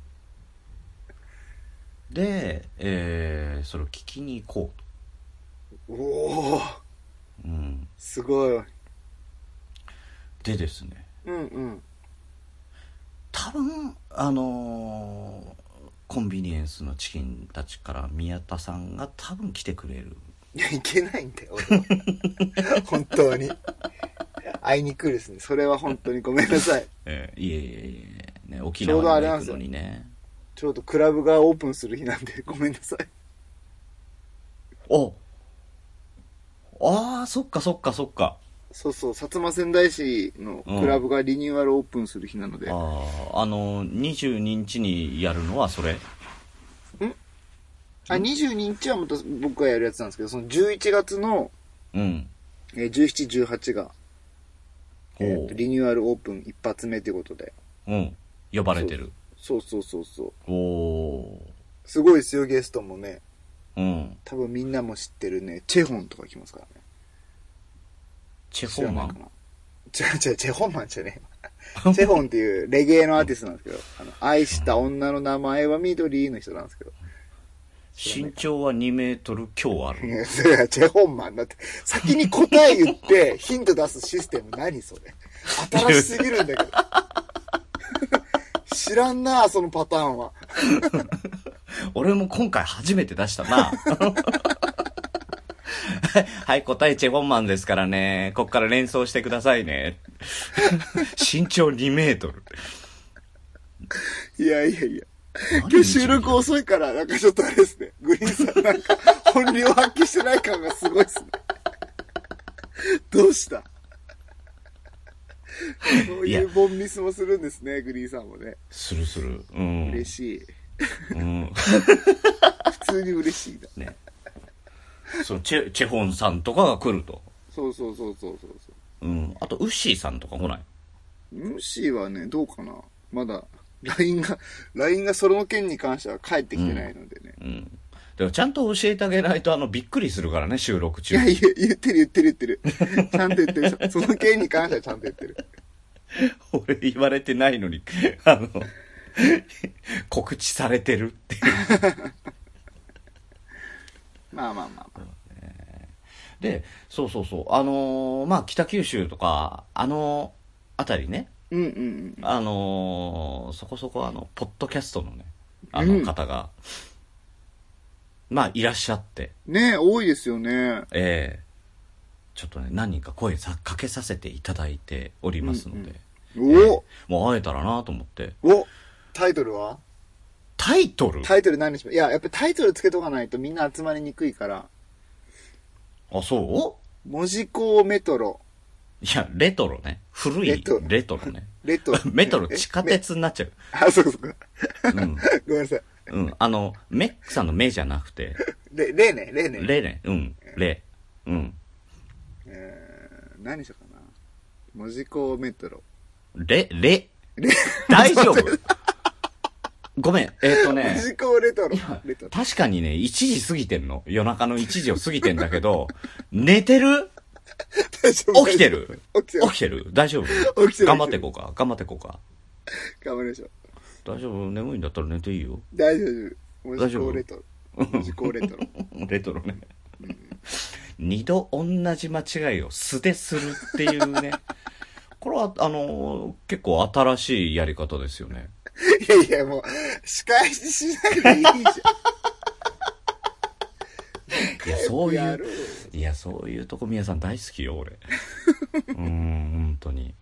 Speaker 3: で、えー、それを聞きに行こ
Speaker 1: うと。おお、
Speaker 3: うん、
Speaker 1: すごい。
Speaker 3: でですね、
Speaker 1: うんうん、
Speaker 3: 多分あのー、コンビニエンスのチキンたちから宮田さんが多分来てくれる。
Speaker 1: いや、いけないんだよ俺は本当に会いに来るですね。それは本当にごめんなさい。
Speaker 3: えー、いえいえいえ、ね、沖縄に行くのにね。
Speaker 1: ちょうどクラブがオープンする日なんでごめんなさい。
Speaker 3: おああ、そっかそっかそっか。
Speaker 1: そうそう、薩摩川内市のクラブがリニューアルオープンする日なので、うん、
Speaker 3: ああ、あのにじゅうににちにやるのはそれん
Speaker 1: あ、にじゅうににちはまた僕がやるやつなんですけど、そのじゅういちがつの、
Speaker 3: うん、
Speaker 1: えー、じゅうしち、じゅうはちが、えー、とリニューアルオープン一発目ということで、
Speaker 3: うん、呼ばれてる。
Speaker 1: そうそうそうそう。
Speaker 3: おー、す
Speaker 1: ごいですよ、ゲストもね。
Speaker 3: うん。
Speaker 1: 多分みんなも知ってるね、チェホンとか来ますからね。
Speaker 3: チェホンマン？
Speaker 1: 違う違う、チェホンマンじゃねえ。チェホンっていうレゲエのアーティストなんですけど、あの愛した女の名前は緑の人なんですけど。
Speaker 3: 身長はにメートル強ある。
Speaker 1: いや、それはチェホンマンだって。先に答え言ってヒント出すシステム何それ。新しすぎるんだけど。知らんな、そのパターンは。
Speaker 3: 俺も今回初めて出したな。はい、答えチェホンマンですからね。こっから連想してくださいね。身長にメートル。
Speaker 1: いやいやいや。今日収録遅いから、なんかちょっとあれですね。グリーンさんなんか本領発揮してない感がすごいっすね。どうした？そういうボンミスもするんですね、グリーンさんもね。
Speaker 3: するする。うん。
Speaker 1: 嬉しい。
Speaker 3: うん。
Speaker 1: 普通に嬉しいな。
Speaker 3: ね。そのチェ、チェホンさんとかが来ると。
Speaker 1: そうそうそうそうそう。
Speaker 3: うん。あと、ウッシーさんとか来ない？
Speaker 1: ウッシーはね、どうかな。まだ、ライン が、ライン がその件に関しては返ってきてないのでね。
Speaker 3: うん。うん、でもちゃんと教えてあげないと、あの、びっくりするからね、収録中。
Speaker 1: いや、言ってる言ってる言ってる。ちゃんと言ってる。その件に関してはちゃんと言ってる。
Speaker 3: 俺言われてないのに、あの、告知されてるっていう。
Speaker 1: まあまあまあまあ。
Speaker 3: で、そうそうそう。あのー、まあ、北九州とか、あのあたりね。
Speaker 1: うんうんうん。
Speaker 3: あのー、そこそこあの、ポッドキャストのね、あの方が、うん、まあ、いらっしゃって。
Speaker 1: ねえ、多いですよね。
Speaker 3: ええー、ちょっとね、何人か声さかけさせていただいておりますので。
Speaker 1: うんうん、お、
Speaker 3: えー、もう会えたらなと思って。
Speaker 1: お、タイトルは？
Speaker 3: タイトル？
Speaker 1: タイトル何にします？いや、やっぱりタイトルつけとかないとみんな集まりにくいから。
Speaker 3: あ、そう？
Speaker 1: 門司港メトロ。
Speaker 3: いや、レトロね。古いレトロ、レトロね。
Speaker 1: レトロ。
Speaker 3: メトロ地下鉄になっちゃう。
Speaker 1: あ、そうかそうか。うん。ごめんなさい。
Speaker 3: うん。あの、メックさんの目じゃなくて。
Speaker 1: レ、レね、レね。
Speaker 3: レね。うん。レ。うん。
Speaker 1: えー、何しようかな。門司港メトロ。
Speaker 3: レ、レ。レ大丈夫？ごめん、えー、っとね。
Speaker 1: 門司港レトロ。レトロ。
Speaker 3: 確かにね、いちじ過ぎてんの。夜中のいちじを過ぎてんだけど、寝てる？
Speaker 1: 大丈夫？
Speaker 3: 起きてる？
Speaker 1: 起きてる。
Speaker 3: 起きてる？大丈夫？
Speaker 1: 起きてる。
Speaker 3: 頑張っていこうか。頑張っていこうか。
Speaker 1: 頑張りましょう。
Speaker 3: 大丈夫？眠いんだったら寝ていいよ。
Speaker 1: 大丈夫。門司港レトロ。門司港レトロ。
Speaker 3: レトロね。うん、二度同じ間違いを素でするっていうね。これは、あの、結構新しいやり方ですよね。
Speaker 1: いやいや、もう、仕返ししないでいいじゃん。
Speaker 3: いや、そういう、いや、そういうとこ宮さん大好きよ、俺。うーん、本当に。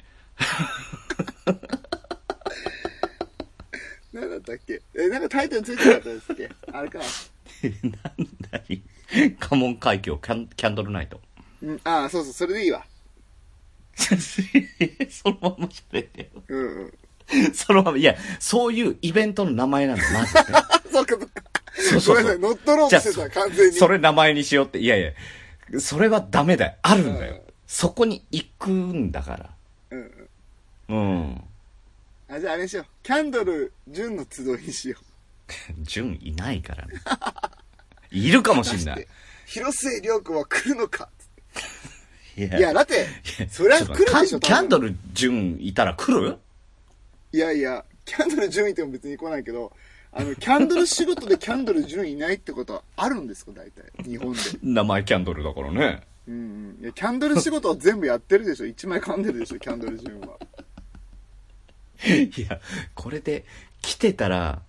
Speaker 1: 何だったっけえ、なんかタイトルついてなかったですっけあれか。
Speaker 3: なんだいカモン海峡キャン、キャンドルナイト。
Speaker 1: うん、ああ、そうそう、それでいいわ。
Speaker 3: そのまま喋ってよ。
Speaker 1: うんうん。
Speaker 3: そのまま、いや、そういうイベントの名前なんだ、まず、ね。
Speaker 1: そうか、そうか。
Speaker 3: そうそうそう。
Speaker 1: ごめんなさい、乗っ取ろうとしてた、完全に。
Speaker 3: それ名前にしようって。いやいや、それはダメだよ。あるんだよ。うん、そこに行くんだから。うんうん。うん。
Speaker 1: あ、じゃああれにしよう。キャンドル、純の集いにしよう。
Speaker 3: 純いないからね。いるかもしんない。
Speaker 1: 広末涼子は来るのか
Speaker 3: いや、
Speaker 1: いやだって、それは来るでしょ、
Speaker 3: キャンドル純いたら来る？
Speaker 1: いやいや、キャンドル純いても別に来ないけど、あの、キャンドル仕事でキャンドル純いないってことはあるんですか、大体。日本で。
Speaker 3: 名前キャンドルだからね。
Speaker 1: うんうん。いや、キャンドル仕事は全部やってるでしょ。一枚噛んでるでしょ、キャンドル純は。
Speaker 3: いや、これで来てたら、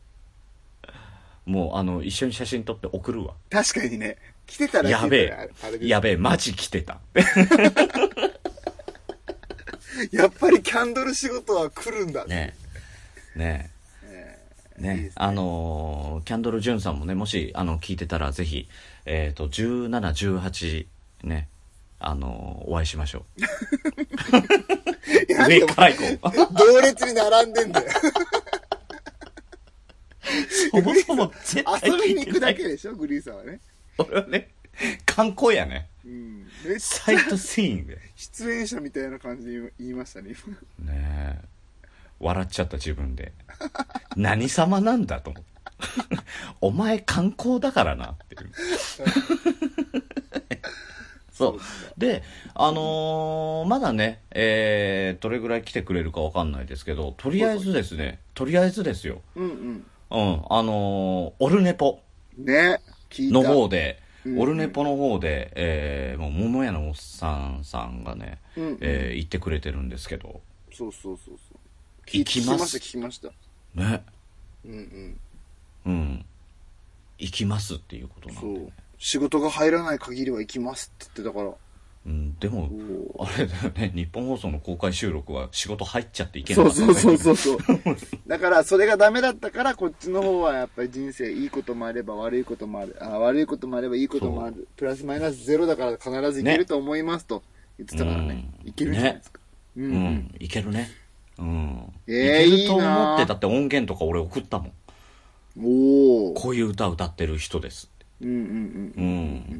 Speaker 3: もうあの、一緒に写真撮って送るわ。
Speaker 1: 確かにね。来てたら
Speaker 3: やべえ。やべえ、マジ来てた。
Speaker 1: やっぱりキャンドル仕事は来るんだ。
Speaker 3: ねえ。ねえ。ねえ。ね、あのー、キャンドルジュンさんもね、もし、あの、聞いてたら、ぜひ、えっと、じゅうなな、じゅうはち、ね、あのー、お会いしましょう。上から行こう。
Speaker 1: 同列に並んでんだよ。
Speaker 3: そもそも絶対
Speaker 1: 遊びに行くだけでしょ、グリーさんはね。
Speaker 3: 俺はね、観光やね。
Speaker 1: うん。
Speaker 3: サイトシーンで。
Speaker 1: 出演者みたいな感じで言いましたね、
Speaker 3: 今。ねえ。笑っちゃった自分で。何様なんだと思って。お前観光だからなっていう。そう。で、あのー、まだね、えー、どれぐらい来てくれるかわかんないですけど、とりあえずですね、とりあえずですよ。うんうん。うん、あのー、オルネポ。
Speaker 1: ね、
Speaker 3: 聞いた。の方で、うんうん、オルネポの方で、えー、もう、桃屋のおっさんさんがね、うんうん、えー、言ってくれてるんですけど。
Speaker 1: そうそうそうそう。
Speaker 3: 行きます。
Speaker 1: 聞きました、聞き
Speaker 3: ました。ね。うんうん。うん。行きますっていうことなんで、ね。そう。
Speaker 1: 仕事が入らない限りは行きますって言ってたから。
Speaker 3: うん、でも、あれだよね、日本放送の公開収録は仕事入っちゃっていけない、ね。
Speaker 1: そうそうそうそう。だから、それがダメだったから、こっちの方はやっぱり人生いいこともあれば悪いこともある。あ悪いこともあればいいこともある。プラスマイナスゼロだから必ずいけると思いますと言ってたからね。い、ね、けるじゃないですか。
Speaker 3: ね、うん、うん。いけるね。うん。ええー、いけると思って、だって音源とか俺送ったもん。おお。こういう歌歌ってる人です。うんうんうん。
Speaker 1: うん。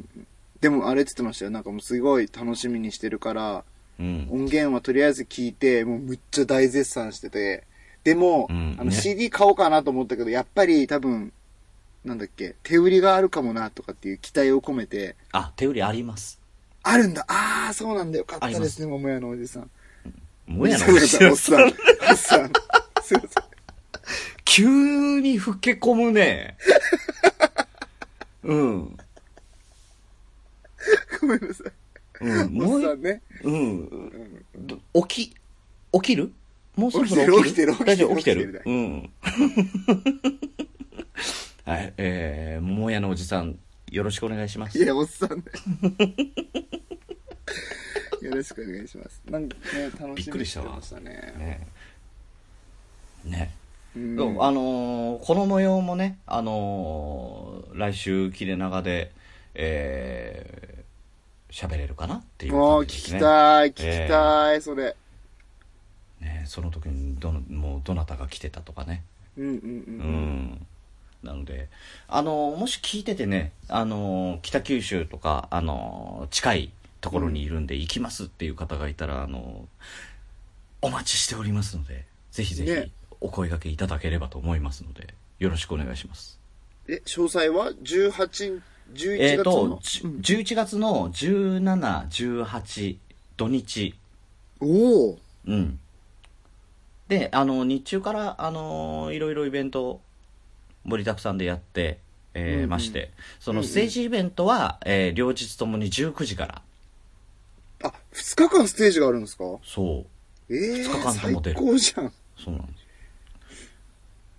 Speaker 1: でもあれって言ってましたよ。なんかもうすごい楽しみにしてるから、うん、音源はとりあえず聞いて、もうむっちゃ大絶賛してて、でも、うん、あの シーディー 買おうかなと思ったけど、やっぱり多分、なんだっけ、手売りがあるかもなとかっていう期待を込めて。
Speaker 3: あ、手売りあります。
Speaker 1: あるんだ。ああ、そうなんだよ。かったですね、桃屋のおじさん。
Speaker 3: 桃屋のおじさん。おっさん。おっさん。すいません。急に老け込むね。うん。
Speaker 1: ごめんなさい。うん、もう、おっさんね。うん。
Speaker 3: 起き、起きる？もうそろそろ起きる？起きてる、起きてる。大丈夫、起きてる。うん。はい、えー、桃屋のおじさん、よろしくお願いします。
Speaker 1: いや、おっさんね。よろしくお願いします。なんかね、楽しみにしてましたね。ね。
Speaker 3: ね。うん、あのー、この模様もね、あのー、来週切れ長で、えー、喋れるかなっていう感じですね。
Speaker 1: 聞きたい、聞きたい、えー、それ。
Speaker 3: ね、その時にどの、もうどなたが来てたとかね。うんうんうん。うん。なので、あのー、もし聞いててね、あのー、北九州とか、あのー、近いところにいるんで行きますっていう方がいたら、あのお待ちしておりますので、ぜひぜひ、ね、お声掛けいただければと思いますので、よろしくお願いします。
Speaker 1: え、詳細はじゅうはち、じゅういちがつの、
Speaker 3: えーと、じゅういちがつのじゅうしち、じゅうはち土日。
Speaker 1: おお。
Speaker 3: うん。で、あの日中からあのいろいろイベント盛りだくさんでやって、えーうんうん、まして、そのステージイベントは、うんうん、えー、両日ともにじゅうくじから。
Speaker 1: あ、ふつかかんステージがあるんですか？
Speaker 3: そう。
Speaker 1: えー、
Speaker 3: ふつかかんとも出る。
Speaker 1: 最高じゃん。
Speaker 3: そうなんです。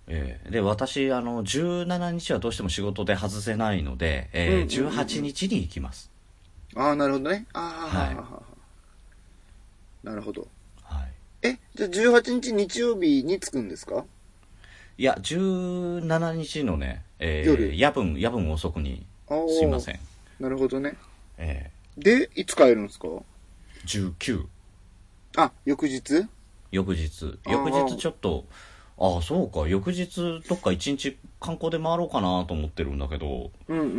Speaker 3: えー、で私あのじゅうしちにちはどうしても仕事で外せないので、えーうんうんうん、じゅうはちにちに行きます。
Speaker 1: ああなるほどね。ああ、
Speaker 3: はい、
Speaker 1: なるほど。
Speaker 3: はい、
Speaker 1: えじゃあじゅうはちにち日曜日に着くんですか？
Speaker 3: いやじゅうしちにちのね、えー、夜夜分夜分遅くにすいません。
Speaker 1: なるほどね。
Speaker 3: え
Speaker 1: ー、でいつ帰るんですか？
Speaker 3: じゅうく。
Speaker 1: あ翌日
Speaker 3: 翌日翌日ちょっとああそうか翌日どっか一日観光で回ろうかなと思ってるんだけど、
Speaker 1: うんうんうんうん、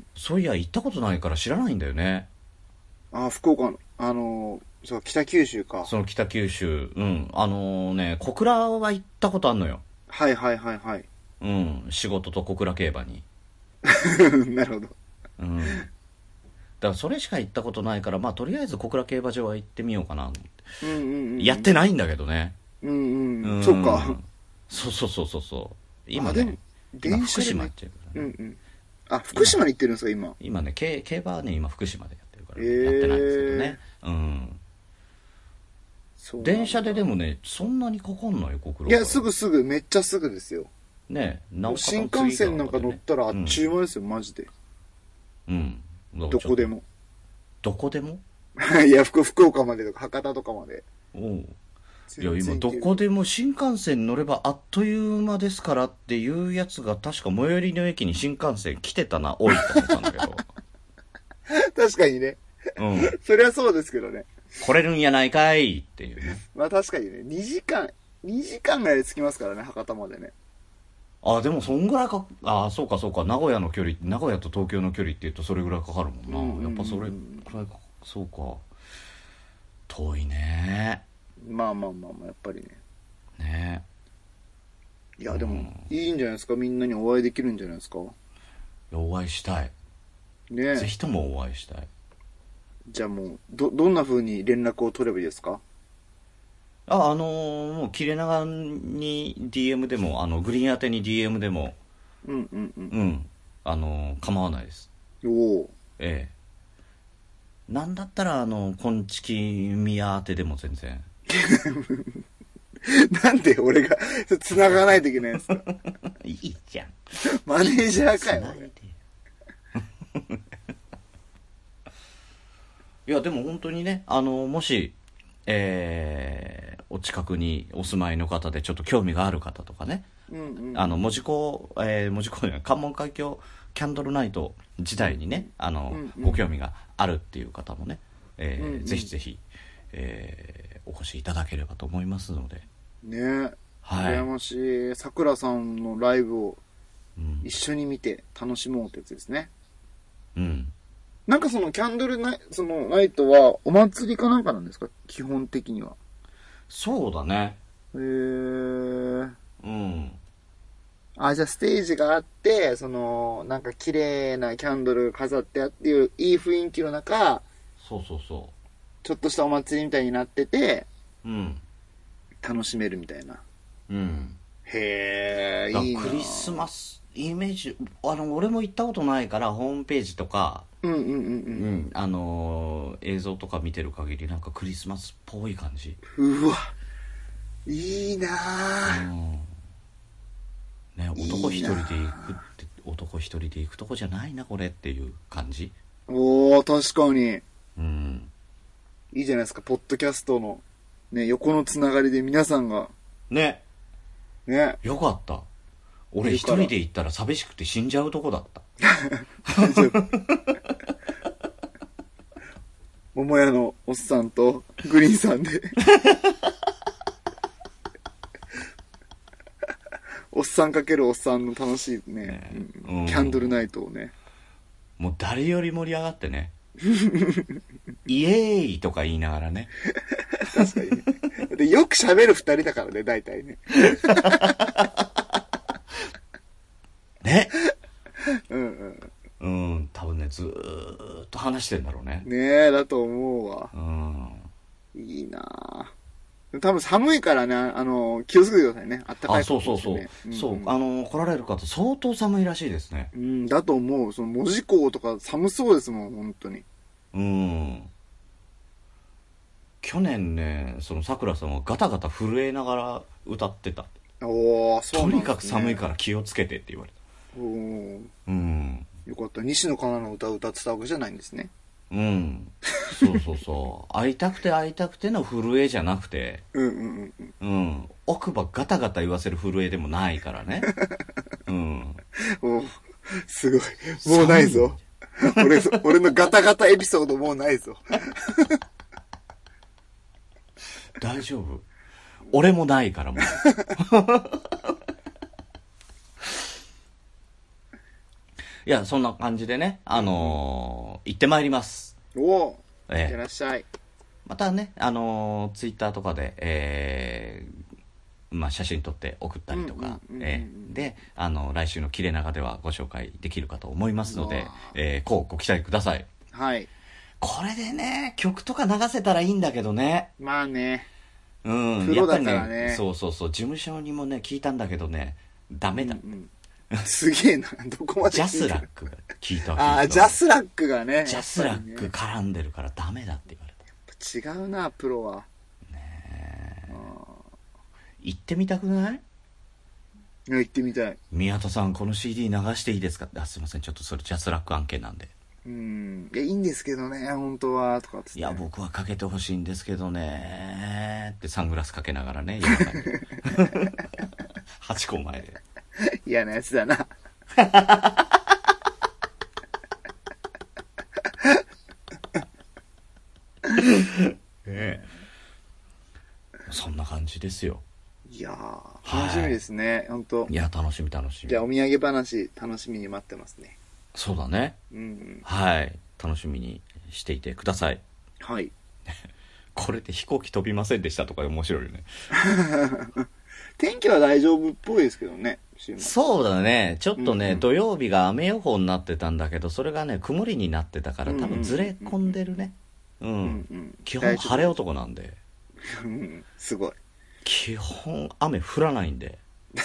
Speaker 3: そういや行ったことないから知らないんだよね。
Speaker 1: ああ福岡のあのー、そう北九州か。
Speaker 3: その北九州うんあのー、ね小倉は行ったことあんのよ。
Speaker 1: はいはいはいはい。
Speaker 3: うん仕事と小倉競馬に
Speaker 1: なるほど。
Speaker 3: うんだからそれしか行ったことないからまあとりあえず小倉競馬場は行ってみようかなと思って、うんうんうんうん、やってないんだけどね。
Speaker 1: うんうん、うん、そっか。
Speaker 3: そうそうそうそうそう今ね今福島行ってるからね、うんうん、
Speaker 1: あ福島に行ってるんですか今？
Speaker 3: 今ね競馬はね今福島でやってるから、ね、えー、やってないんですけどね。うんそう電車ででもねそんなにかかんない小倉から。
Speaker 1: いやすぐすぐめっちゃすぐですよ
Speaker 3: ねえ
Speaker 1: 新幹線なんか乗ったらあっちゅう間ですよ、うん、マジで。
Speaker 3: うん
Speaker 1: どこでも
Speaker 3: どこでも
Speaker 1: いや 福, 福岡までとか博多とかまで。
Speaker 3: おういや今どこでも新幹線乗ればあっという間ですからっていうやつが確か最寄りの駅に新幹線来てたなおいと思ったんだけど
Speaker 1: 確かにね、うん、そりゃそうですけどね
Speaker 3: 来れるんやないかいっていうね。
Speaker 1: まあ確かにねにじかんにじかんぐらいで着きますからね博多までね。
Speaker 3: あでもそんぐらいかあそうかそうか名古屋の距離名古屋と東京の距離っていうとそれぐらいかかるもんな、うんうんうん、やっぱそれくらいかそうか遠いね。
Speaker 1: まあまあまあまあやっぱりね。
Speaker 3: ね
Speaker 1: いやでも、うん、いいんじゃないですかみんなにお会いできるんじゃないですか。い
Speaker 3: やお会いしたいね。ぜひともお会いしたい。
Speaker 1: じゃあもうどどんな風に連絡を取ればいいですか？
Speaker 3: ああのー、もう切れ長に ディーエム でもあのグリーン宛てに ディーエム でも
Speaker 1: うんうんうん
Speaker 3: うんあのー、構わないです。
Speaker 1: おお
Speaker 3: ええなんだったらあのこんちきみや宛てでも全然
Speaker 1: なんで俺が繋がないといけないんですか
Speaker 3: いいじゃん
Speaker 1: マネージャーかよ
Speaker 3: いやでも本当にねあのもしえー、お近くにお住まいの方でちょっと興味がある方とかね、うんうん、あの門司港、えー、門司港には関門海峡キャンドルナイト自体にね、うん、あの、うんうん、ご興味があるっていう方もね、えーうんうん、ぜひぜひ、えー、お越しいただければと思いますので
Speaker 1: ね。はい、羨ましい。さくらさんのライブを一緒に見て楽しもうってやつですね。
Speaker 3: うん
Speaker 1: なんかそのキャンドルナイそのナイトはお祭りかなんかなんですか基本的には。
Speaker 3: そうだね。
Speaker 1: へー。
Speaker 3: うん。
Speaker 1: あ、じゃあステージがあって、その、なんか綺麗なキャンドル飾ってあっていう、いい雰囲気の中、
Speaker 3: そうそうそう。
Speaker 1: ちょっとしたお祭りみたいになってて、
Speaker 3: うん。
Speaker 1: 楽しめるみたいな。
Speaker 3: うん。
Speaker 1: へー、いいな。
Speaker 3: クリスマスイメージ、あの、俺も行ったことないから、ホームページとか、
Speaker 1: うんうんうんうん。う
Speaker 3: ん、あのー、映像とか見てる限り、なんかクリスマスっぽい感じ。
Speaker 1: うわ、いいなぁ。
Speaker 3: うんね、男一人で行くって男一人で行くとこじゃないなこれっていう感じ。
Speaker 1: おー確かに、
Speaker 3: うん、
Speaker 1: いいじゃないですか。ポッドキャストの、ね、横のつながりで皆さんが
Speaker 3: ね
Speaker 1: ね
Speaker 3: よかった。俺一人で行ったら寂しくて死んじゃうとこだった
Speaker 1: 桃屋のおっさんとグリーンさんでおっさんかけるおっさんの楽しい ね, ね、うん、キャンドルナイトをね
Speaker 3: もう誰より盛り上がってねイエーイとか言いながらね
Speaker 1: 確かにねでよく喋る二人だからね大体ね
Speaker 3: ね
Speaker 1: うんうん
Speaker 3: うん多分ねずーっと話してんだろうね。
Speaker 1: ねえだと思うわ。
Speaker 3: うん
Speaker 1: いいなぁ。多分寒いからね、あの、気をつけてくださいね。あったかい、ね。
Speaker 3: あ、そうそうそう。うんうん、そう、あの、来られる方相当寒いらしいですね。
Speaker 1: うん、だと思う。その、門司港とか寒そうですもん、本当に。
Speaker 3: うん。去年ね、その、さくらさんはガタガタ震えながら歌ってた。
Speaker 1: おー、そうなんですね。
Speaker 3: とにかく寒いから気をつけてって言われた。
Speaker 1: おー。
Speaker 3: うん。
Speaker 1: よかった。西野カナの歌を歌ってたわけじゃないんですね。
Speaker 3: うん。そうそうそう。会いたくて会いたくての震えじゃなくて、
Speaker 1: うんうんうん
Speaker 3: うん。奥歯ガタガタ言わせる震えでもないからね。うん。
Speaker 1: おすごい。もうないぞ。俺、俺のガタガタエピソードもうないぞ。
Speaker 3: 大丈夫。俺もないからもう。いや、そんな感じでね、あのー、行ってまいります。
Speaker 1: お
Speaker 3: ええ、
Speaker 1: いってらっしゃい。
Speaker 3: またね、あのー、ツイッターとかで、えー、まあ、写真撮って送ったりとか、で、あの、来週の切れ長ではご紹介できるかと思いますので、えー、こうご期待ください。
Speaker 1: はい。
Speaker 3: これでね、曲とか流せたらいいんだけどね。
Speaker 1: まあね。
Speaker 3: うん。
Speaker 1: プロだからね。
Speaker 3: やっぱりね、そうそうそう、事務所にもね、聞いたんだけどね、ダメだ。うんうん
Speaker 1: すげえな。どこまで
Speaker 3: ジャスラックが聞いたわけ。
Speaker 1: ああ、ジャスラックがね。
Speaker 3: ジャスラック絡んでるからダメだって言われ
Speaker 1: た。やっぱ違うな、プロは。
Speaker 3: ねえ。行ってみたくない？
Speaker 1: 行ってみたい。
Speaker 3: 宮田さん、この シーディー 流していいですか？あ、すいません。ちょっとそれジャスラック案件なんで。
Speaker 1: うん。いや、いいんですけどね、本当は、とかつって。
Speaker 3: いや、僕はかけてほしいんですけどね。ってサングラスかけながらね、夜中に。はちこまえで。
Speaker 1: 嫌なやつだな。
Speaker 3: ええ、そんな感じですよ。
Speaker 1: いやー、楽しみですね、はい、本当。
Speaker 3: いや、楽しみ楽しみ。
Speaker 1: じゃあお土産話楽しみに待ってますね。
Speaker 3: そうだね。うん、うん、はい、楽しみにしていてください。
Speaker 1: はい。
Speaker 3: これで飛行機飛びませんでしたとか面白いよね。
Speaker 1: 天気は大丈夫っぽいですけどね。
Speaker 3: そうだね。ちょっとね、うんうん、土曜日が雨予報になってたんだけど、それがね、曇りになってたから多分ずれ込んでるね。うん。うんうん、基本晴れ男なんで。
Speaker 1: うん、すごい。
Speaker 3: 基本雨降らないんで。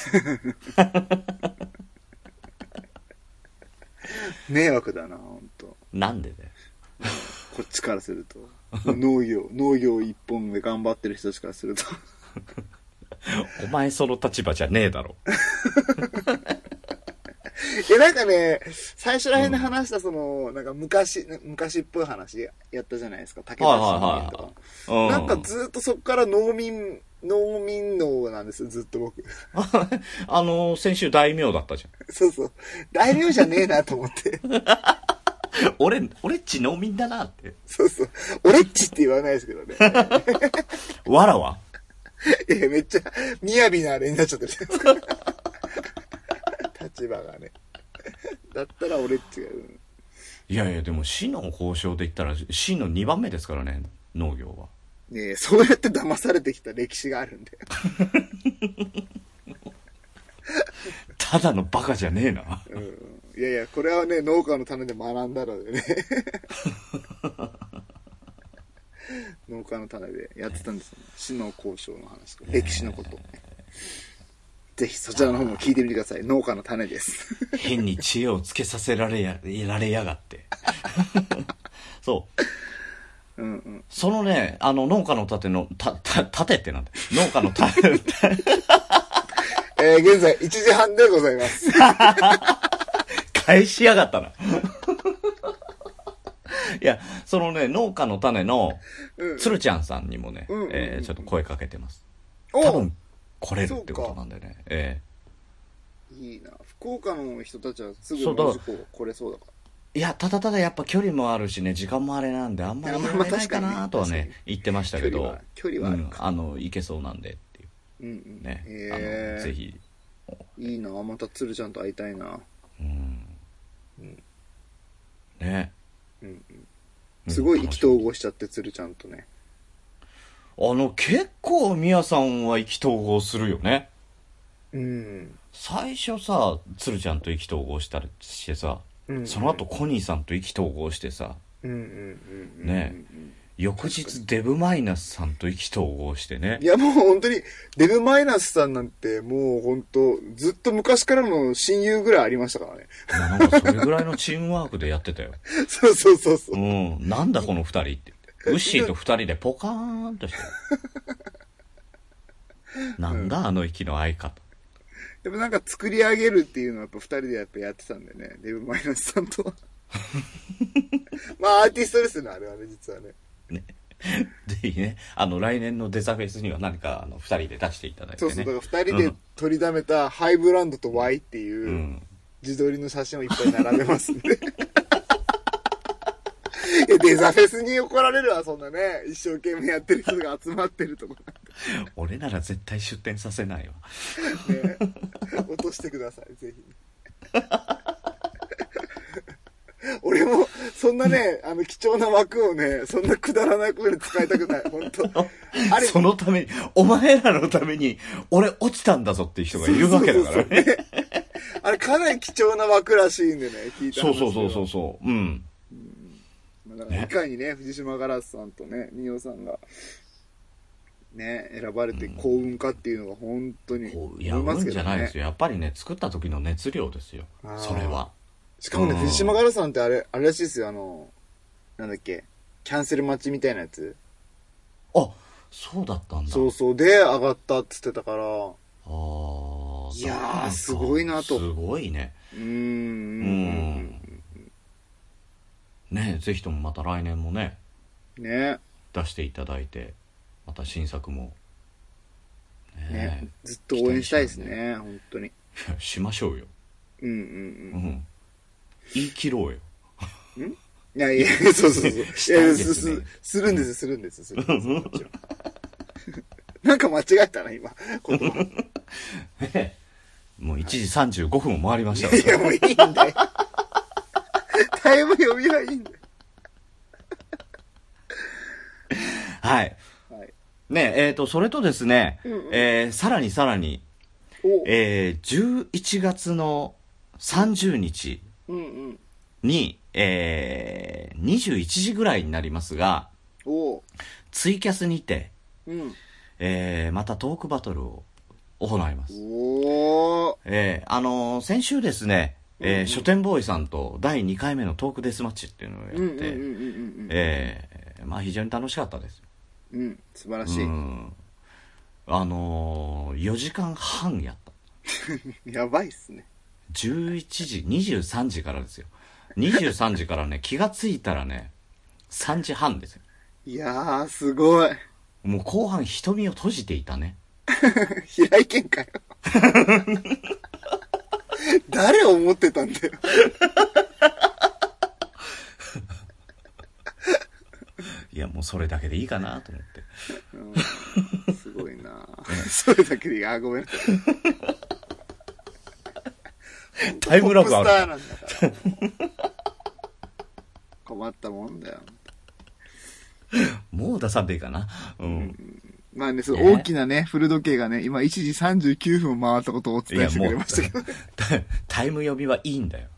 Speaker 1: 迷惑だな、ほんと。
Speaker 3: なんでだよ。
Speaker 1: こっちからすると。農業、農業一本で頑張ってる人たちからすると。
Speaker 3: お前その立場じゃねえだろ。
Speaker 1: いや、なんかね、最初ら辺で話したその、うん、なんか昔、昔っぽい話やったじゃないですか。武田信玄とか。なんかずっとそっから農民、農民農なんですよ、ずっと僕。
Speaker 3: あの、先週大名だったじゃ
Speaker 1: ん。そうそう。大名じゃねえなと思って。
Speaker 3: 俺、俺っち農民だなって。
Speaker 1: そうそう。俺っちって言わないですけどね。
Speaker 3: わらはい
Speaker 1: や、めっちゃ、雅なあれになっちゃってるじゃないですか。立場がね。だったら俺っちが、うん、
Speaker 3: いやいや、でも市の交渉で言ったら市のにばんめですからね、農業は。
Speaker 1: ねえ、そうやって騙されてきた歴史があるんだよ。
Speaker 3: ただのバカじゃねえな。
Speaker 1: うん、いやいや、これはね、農家の種で学んだのでね。農家の種でやってたんですよ、ね、市の交渉の話と歴史のことを、ね、ぜひそちらの方も聞いてみてください。農家の種です。
Speaker 3: 変に知恵をつけさせられやられやがってそう、うんうん、そのね、あの農家の盾のたた盾ってなんだ、農家の盾
Speaker 1: えー、現在いちじはんでございます
Speaker 3: 返しやがったな。いや、そのね、農家の種の鶴ちゃんさんにもね、うんうん、えー、ちょっと声かけてます。多分来れるってことなんでね。え
Speaker 1: えー、いいな。福岡の人たちはすぐの事故来れそうだから。
Speaker 3: いや、ただただやっぱ距離もあるしね、時間もあれなんで、あんまりやれないかなとはね、言ってましたけど、
Speaker 1: 距離は、距離はあるか、
Speaker 3: うん、あの、行けそうなんでっていう。うんうん、ね、
Speaker 1: えー、
Speaker 3: あの、ぜひ。
Speaker 1: いいな、また鶴ちゃんと会いたいな。うん。
Speaker 3: うん、ね。
Speaker 1: うんうん、すごい意気投合しちゃって、鶴ちゃんとね。
Speaker 3: あの、結構みやさんは意気投合するよね。
Speaker 1: うん。
Speaker 3: 最初さ、鶴ちゃんと意気投合したりしてさ、うんうん、その後コニーさんと意気投合してさ、うんうんうん、ね、翌日デブマイナスさんと意気投合してね。
Speaker 1: いやもう本当にデブマイナスさんなんてもう本当ずっと昔からの親友ぐらいありましたからね。
Speaker 3: なんかそれぐらいのチームワークでやってたよ。
Speaker 1: そうそうそうそう。
Speaker 3: うん、なんだこの二人って。ウッシーと二人でポカーンとしてる。なんだあの息の相方。
Speaker 1: でもなんか作り上げるっていうのはやっぱ二人でやっぱやってたんだよね。デブマイナスさんとは。まあアーティストですよね、あれはね、実はね。
Speaker 3: ね。ぜひね、あの、来年のデザフェスには何か、あの、二人で出していただいてね。
Speaker 1: そうそう、だから二人で取りだめたハイブランドと Y っていう自撮りの写真をいっぱい並べますんで。いや、デザフェスに怒られるわ、そんなね。一生懸命やってる人が集まってるとこなんて。
Speaker 3: 俺なら絶対出店させないわ。
Speaker 1: ね、落としてください、ぜひ。俺も、そんなね、あの、貴重な枠をね、そんなくだらないことに使いたくない、本当あれ、
Speaker 3: そのために、お前らのために、俺落ちたんだぞっていう人がいるわけだからね。
Speaker 1: そうそうそうねあれ、かなり貴重な枠らしいんでね、聞いた話。
Speaker 3: そうそうそうそうそう。うん。
Speaker 1: まあ、だからいかにね、藤島ガラスさんとね、仁王さんが、ね、選ばれて幸運かっていうのが本当に思
Speaker 3: いや、
Speaker 1: いますけどね。
Speaker 3: 運じゃないですよ。やっぱりね、作った時の熱量ですよ。それは。
Speaker 1: しかもね、うん、藤島ガラスさんってあれ、あれらしいですよ、あの、なんだっけ、キャンセル待ちみたいなやつ。
Speaker 3: あ、そうだったんだ。
Speaker 1: そうそう、で上がったって言ってたから。ああ。いやー、すごいなと。
Speaker 3: すごいね。
Speaker 1: うーん。うん
Speaker 3: ね、ぜひともまた来年もね、
Speaker 1: ね、
Speaker 3: 出していただいて、また新作も、
Speaker 1: ね、ねずっと応援したいですね、ね本当に。
Speaker 3: しましょうよ。
Speaker 1: うんうんうん。うん、
Speaker 3: 言い切ろうよ。
Speaker 1: んいやいや、そうそうそう。いやす、す、するんです、するんです、するんです。もちろん。なんか間違えたな、今。言葉。
Speaker 3: もういちじさんじゅうごふんを回りましたから。
Speaker 1: いや、もういいんだよ。タイム読みはいいんだよ。
Speaker 3: はい。はい、ねえ、えっ、ー、と、それとですね、うんうん、えー、さらにさらに、えー、じゅういちがつのさんじゅうにちに、うんうん、えー、にじゅういちじぐらいになりますが、おツイキャスにて、うんえー、またトークバトルを行います。おえー、あのー、先週ですね、えー、書店ボーイさんとだいにかいめのトークデスマッチっていうのをやって、えー、まあ非常に楽しかったです。
Speaker 1: うん、素晴らしい。うん、
Speaker 3: あのー、よじかんはんやった。
Speaker 1: やばいっすね。
Speaker 3: じゅういちじ、にじゅうさんじからですよ。にじゅうさんじからね、気がついたらね、さんじはんですよ。
Speaker 1: いやー、すごい。
Speaker 3: もう後半瞳を閉じていたね。
Speaker 1: 平井堅かよ。誰を思ってたんだよ。
Speaker 3: いやもうそれだけでいいかなと思って、
Speaker 1: うん、すごいなそれだけでいい。あ、ごめんなさい。
Speaker 3: タイムラグある。
Speaker 1: トップスターなんだから困ったもんだよ。
Speaker 3: もう出さんでいいかな、うんうん、
Speaker 1: まあね、その大きなね、古時計がね、今いちじさんじゅうきゅうふんを回ったことをお伝えしてくれましたけど、ね、
Speaker 3: タイム読みはいいんだよ。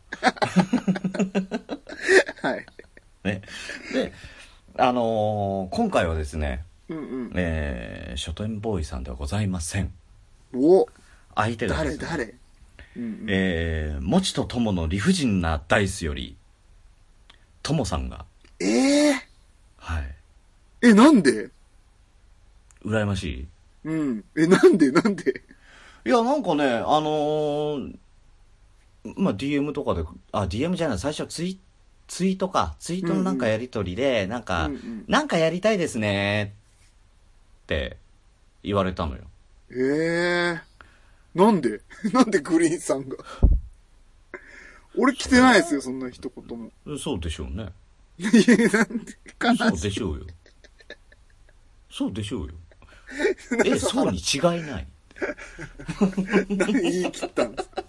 Speaker 1: はい。
Speaker 3: ね。で、あのー、今回はですね、うんうんえー、書店ボーイさんではございません。
Speaker 1: お
Speaker 3: 相手がですね、
Speaker 1: 誰誰、
Speaker 3: うんうん、えー、もちとともの理不尽なダイスより、ともさんが。
Speaker 1: えー、
Speaker 3: はい。
Speaker 1: え、なんで
Speaker 3: 羨ましい。
Speaker 1: うん。え、なんでなんで
Speaker 3: いや、なんかね、あのー、まあ、ディーエム とかで、あ、ディーエム じゃない、最初ツイ、ツイートか、ツイートのなんかやりとりで、うんうん、なんか、うんうん、なんかやりたいですねって言われたのよ。
Speaker 1: えー、なんでなんでグリーンさんが俺来てないですよ、そんな一言も。
Speaker 3: そうでしょうね。
Speaker 1: いや、なんで悲しい。
Speaker 3: そうでしょうよ。そうでしょうよ。え、そうに違いない。
Speaker 1: 何言い切ったんですか。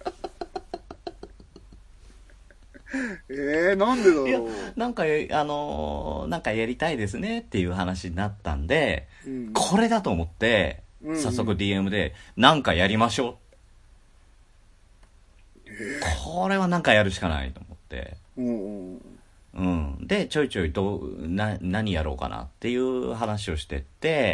Speaker 1: えー、なんでだろう。いや、
Speaker 3: なんか、あのー、なんかやりたいですねっていう話になったんで、うん、これだと思って、うんうん、早速 ディーエム で、なんかやりましょう。えー、これはなんかやるしかないと思って。うんうんうん、でちょいちょいどうな何やろうかなっていう話をしてって、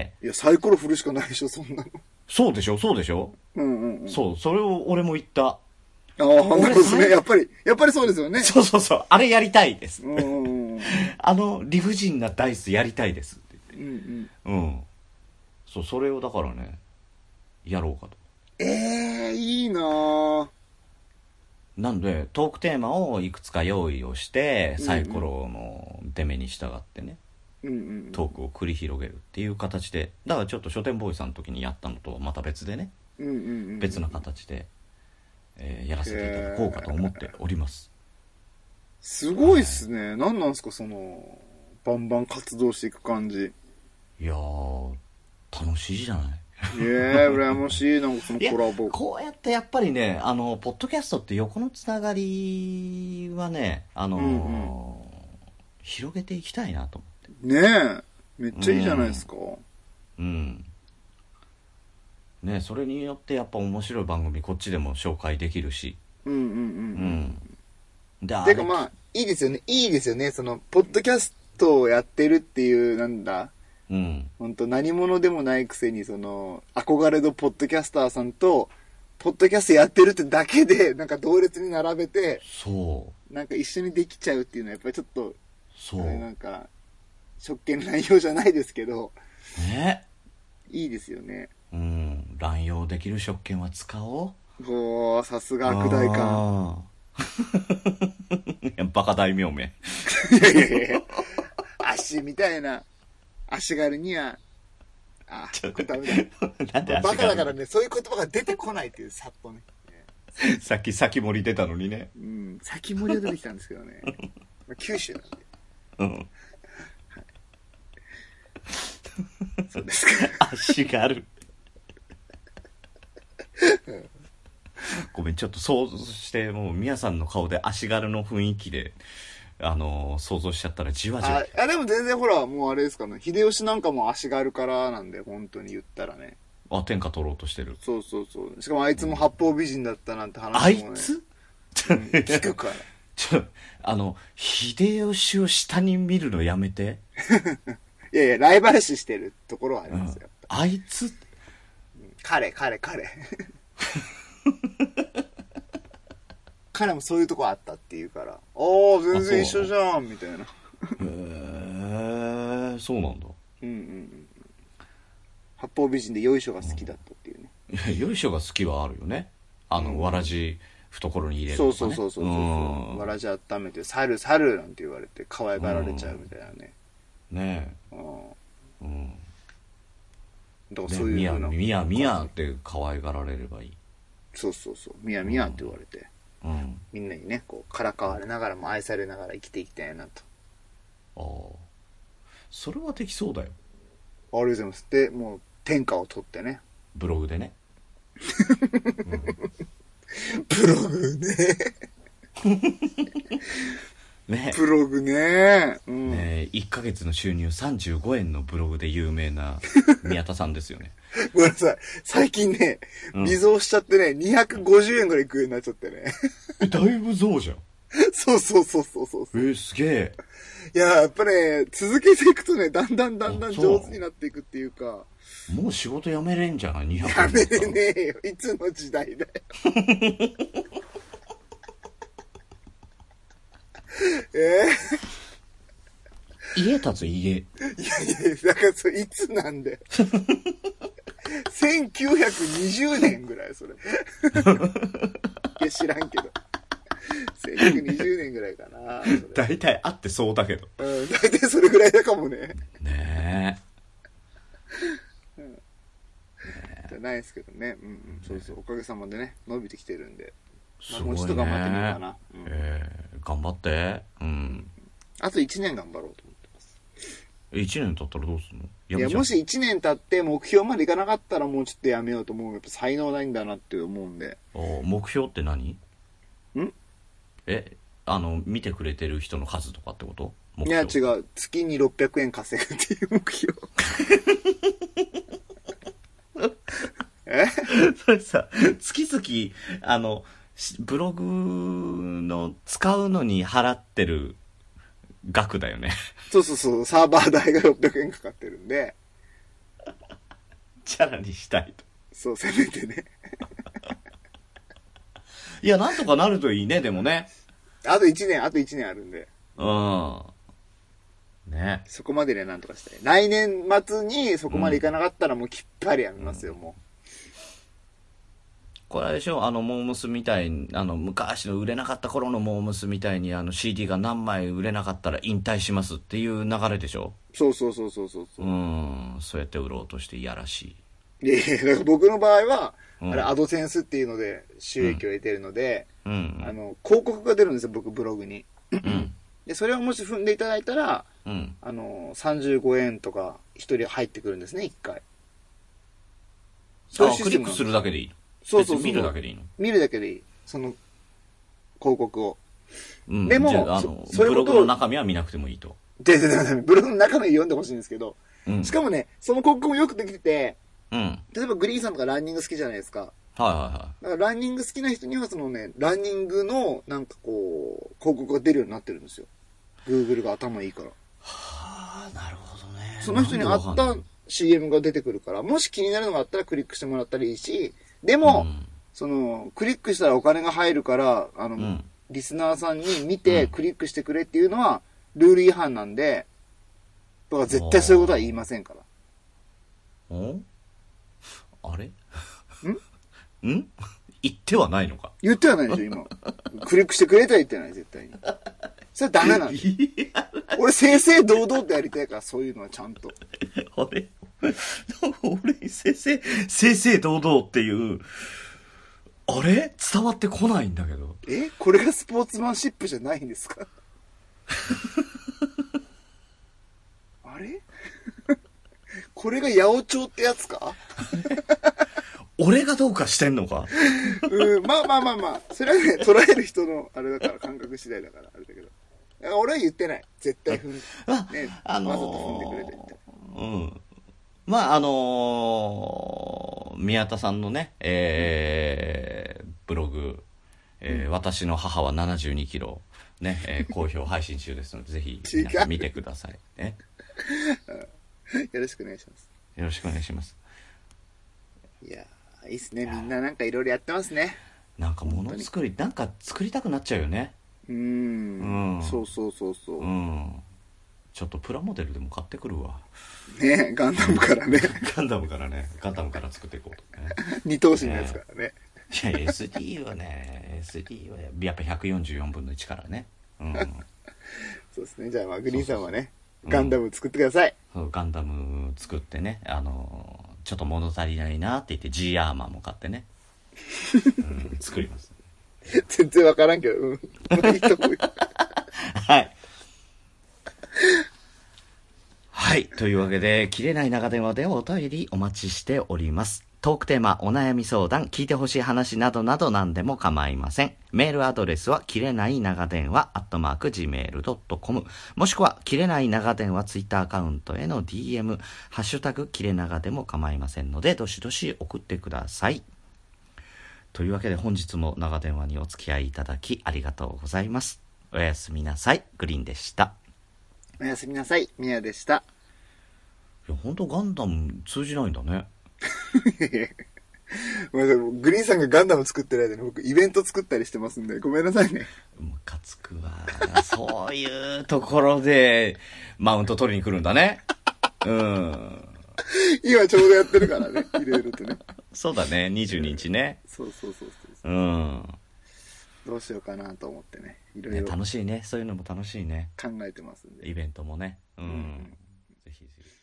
Speaker 1: いやサイコロ振るしかないでしょそんなの。
Speaker 3: そうでしょそうでしょ、うんうんうん、そうそれを俺も言った。あ
Speaker 1: あなるほどですね。やっぱりやっぱりそうですよね。
Speaker 3: そうそうそうあれやりたいです。うんうんうん、あの理不尽なダイスやりたいですって言って、うんうん、うん、そうそれをだからねやろうかと。
Speaker 1: えー、いいなぁ。
Speaker 3: なのでトークテーマをいくつか用意をしてサイコロの出目に従ってね、うんうん、トークを繰り広げるっていう形で、だからちょっと書店ボーイさんの時にやったのとまた別でね、うんうんうん、別な形で、えー、やらせていただこうかと思っております。
Speaker 1: すごいっすね、はい、何なんすかそのバンバン活動していく感じ。
Speaker 3: いやー楽しいじゃない。
Speaker 1: いやー羨ましい。なんかそのコラボ
Speaker 3: こうやってやっぱりね、あのポッドキャストって横のつながりはね、あのーうんうん、広げていきたいなと思って
Speaker 1: ね。えめっちゃいいじゃないですか。うん、
Speaker 3: うんね、それによってやっぱ面白い番組こっちでも紹介できるし、うんうんうん、うん、
Speaker 1: でてかまあいいですよね、いいですよね、そのポッドキャストをやってるっていうなんだ、うん、本当何者でもないくせにその憧れのポッドキャスターさんとポッドキャストやってるってだけでなんか同列に並べて、そうなんか一緒にできちゃうっていうのはやっぱりちょっとそうなんか職権乱用じゃないですけどね、いいですよね。
Speaker 3: うん、乱用できる職権は使お
Speaker 1: う。おーさすが悪代官。
Speaker 3: バカ大名め。
Speaker 1: いやいやいや足みたいな足軽にはあちょっとダメだ。なんで足軽、バカだからね、そういう言葉が出てこないっていうさっとね。
Speaker 3: さっき先盛り出たのにね。
Speaker 1: うん、先盛りは出てきたんですけどね。まあ、九州なんで。うん。はい、
Speaker 3: そうですか。足軽。ごめん、ちょっと想像してもう宮さんの顔で足軽の雰囲気であのー、想像しちゃったらじわじわ。
Speaker 1: ああでも全然ほらもうあれですかね、秀吉なんかも足軽からなんで本当に言ったらね。
Speaker 3: あ天下取ろうとしてる。
Speaker 1: そうそうそう。しかもあいつも八方美人だったなんて話もね、あいつ、うん、聞くから。
Speaker 3: ちょあの秀吉を下に見るのやめて。
Speaker 1: いやいやライバル視してるところはありますよ、
Speaker 3: うん、あいつ、うん、
Speaker 1: 彼彼彼彼もそういうとこあったっていうから、ああ全然一緒じゃんみたいな。へ
Speaker 3: えそうなんだ。うんうんうん。
Speaker 1: 八方美人でよいしょが好きだったっていうね。
Speaker 3: うん、よいしょが好きはあるよね。あの、うん、わらじ懐に入れるとかね。
Speaker 1: そうそうそうそうそう、うん、わらじ温めて猿猿なんて言われて可愛がられちゃうみたいなね。うん、ねえ。うん。
Speaker 3: だからそういう風な。みやみやって可愛がられればいい。
Speaker 1: そうそうそう。みやみやって言われて。うん、みんなにねこうからかわれながらも愛されながら生きていきたいなと。
Speaker 3: ああそれはできそうだよ。
Speaker 1: ありがとうございます。でもう天下を取ってね
Speaker 3: ブログでね、
Speaker 1: うん、ブログねねブログね、うん、
Speaker 3: ねいっかげつの収入さんじゅうごえんのブログで有名な宮田さんですよね。
Speaker 1: ごめんなさい。最近ね、微増しちゃってね、にひゃくごじゅうえんぐらいいくようになっちゃってね。
Speaker 3: え、だいぶ増じゃん。
Speaker 1: そうそうそうそうそう。
Speaker 3: えー、すげえ。
Speaker 1: いや、やっぱね、続けていくとね、だんだんだんだん上手になっていくっていうか。
Speaker 3: もう仕事辞めれんじゃない ?にひゃく
Speaker 1: やめれねえよ。いつの時代だよ。え
Speaker 3: ー、家建つ家。いやい
Speaker 1: や、だからそれいつなんだよ。せんきゅうひゃくにじゅうねんぐらいそれ。いや知らんけど。せんきゅうひゃくにじゅうねんぐらいかな。
Speaker 3: 大体あってそうだけど。
Speaker 1: うん、大体それぐらいだかもね。
Speaker 3: ねえ。うん、
Speaker 1: ねえじゃないですけどね。うんうん。そうそう。おかげさまでね、伸びてきてるんで。まあ、もうちょっと頑張ってみようかな。うん、
Speaker 3: えー、頑張って。うん。
Speaker 1: あといちねん頑張ろうと思ってます。
Speaker 3: いちねん経ったらどうするの？
Speaker 1: いや、もしいちねん経って目標までいかなかったらもうちょっとやめようと思う。やっぱ才能ないんだなって思うんで。
Speaker 3: お目標って何？
Speaker 1: ん？
Speaker 3: え、あの見てくれてる人の数とかってこと？
Speaker 1: いや違う、月にろっぴゃくえん稼ぐっていう目標。
Speaker 3: え？それさ、月々あのブログの使うのに払ってる額だよね。
Speaker 1: そうそうそう、サーバー代がろっぴゃくえんかかってるんで。
Speaker 3: チャラにしたいと。
Speaker 1: そう、せめてね。
Speaker 3: いや、なんとかなるといいね、でもね。
Speaker 1: あといちねん、あといちねんあるんで。
Speaker 3: うん。ね。
Speaker 1: そこまでね、なんとかしたい。来年末にそこまでいかなかったらもうきっぱりやめますよ、うん、も
Speaker 3: これあれでしょ、あのモームスみたいに、あの昔の売れなかった頃のモームスみたいに、あの シーディー が何枚売れなかったら引退しますっていう流れでしょ。
Speaker 1: そうそうそうそうそうそう。
Speaker 3: うん、そうやって売ろうとしていやらしい。
Speaker 1: いやいや、だから僕の場合は、
Speaker 3: うん、
Speaker 1: あれアドセンスっていうので収益を得てるので、
Speaker 3: うんうん、
Speaker 1: あの広告が出るんですよ、僕ブログに。
Speaker 3: うん、
Speaker 1: でそれをもし踏んでいただいたら、
Speaker 3: うん、
Speaker 1: あのさんじゅうごえんとか一人入ってくるんですね、いっかい。
Speaker 3: そういうシステム。あ、クリックするだけでいい。
Speaker 1: そうそうそう。
Speaker 3: 見るだけでいいの。
Speaker 1: 見るだけでいい。その広告を。
Speaker 3: うん、
Speaker 1: でも、
Speaker 3: じゃあ、あのブログの中身は見なくてもいいと。
Speaker 1: で、で、で、ブログの中身読んでほしいんですけど、うん、しかもね、その広告もよくできてて、うん、例えばグリーンさんとかランニング好きじゃないですか。
Speaker 3: はいはいはい。
Speaker 1: だからランニング好きな人にはそのね、ランニングのなんかこう、広告が出るようになってるんですよ。Google が頭いいから。
Speaker 3: はあ、なるほどね。
Speaker 1: その人に合った シーエム が出てくるから、もし気になるのがあったらクリックしてもらったらいいし、でも、うん、その、クリックしたらお金が入るから、あの、うん、リスナーさんに見てクリックしてくれっていうのは、ルール違反なんで、だから絶対そういうことは言いませんから。
Speaker 3: おあれんん言ってはないのか。
Speaker 1: 言ってはないでしょ、今。クリックしてくれとは言ってない、絶対に。それはダメなんです。俺、正々堂々とやりたいから、そういうのはちゃんと。
Speaker 3: あれ俺、正々、正々堂々っていう、あれ伝わってこないんだけど。
Speaker 1: えこれがスポーツマンシップじゃないんですかあれこれが八百長ってやつか
Speaker 3: 俺がどうかしてんのか
Speaker 1: うん、まあまあまあまあ、それはね、捉える人のあれだから感覚次第だからあれだけど。俺は言ってない。絶対踏んで、ね、あのー、わざと踏んでくれてって。
Speaker 3: うん。まあ、あのー、宮田さんのね、えー、ブログ、えーうん、私の母はななじゅうにキロ、ね、えー、好評配信中ですので、ぜひ皆さん見てください。ね。
Speaker 1: よろしくお願いします。
Speaker 3: よろしくお願いします。
Speaker 1: いやー、いいっすね。みんななんかいろいろやってますね。
Speaker 3: なんか物作り、なんか作りたくなっちゃうよね。
Speaker 1: うーん。うん。そうそうそうそう。
Speaker 3: うん。ちょっとプラモデルでも買ってくるわ。
Speaker 1: ね、ガンダムからね。
Speaker 3: ガンダムからね、ガンダムから作っていこうとね。
Speaker 1: 二頭身のやつからね。
Speaker 3: いや、エスディー はね、エスディー はやっぱひゃくよんじゅうよんぶんのいちからね。うん。
Speaker 1: そうですね。じゃあ、まあ、グリーンさんはね、ガンダム作ってください。
Speaker 3: そう、ガンダム作ってね、あの、ちょっと物足りないなって言って G アーマーも買ってね、うん、作ります。
Speaker 1: 全然わからんけど、うん。
Speaker 3: はい。はい。というわけで、切れない長電話でお便りお待ちしております。トークテーマ、お悩み相談、聞いてほしい話などなど何でも構いません。メールアドレスは、切れない長電話、アットマーク、ジーメールドットコム。もしくは、切れない長電話、ツイッターアカウントへの ディーエム、ハッシュタグ、切れ長でも構いませんので、どしどし送ってください。というわけで、本日も長電話にお付き合いいただき、ありがとうございます。おやすみなさい。グリーンでした。
Speaker 1: おやすみなさい。ミヤでした。
Speaker 3: いや、ほんとガンダム通じないんだね。
Speaker 1: ごめんなさい、グリーンさんがガンダム作ってる間に僕イベント作ったりしてますんで、ごめんなさいね。
Speaker 3: ムカつくわ。そういうところでマウント取りに来るんだね。うん。
Speaker 1: 今ちょうどやってるからね、いろいろとね。
Speaker 3: そうだね、にじゅうににちね。
Speaker 1: そうそうそうそう。
Speaker 3: うん。
Speaker 1: どうしようかなと思ってね、いろいろ、
Speaker 3: ね、楽しいね、そういうのも楽しいね。
Speaker 1: 考えてますんで。
Speaker 3: イベントもね。うん。うん、ぜひぜひ。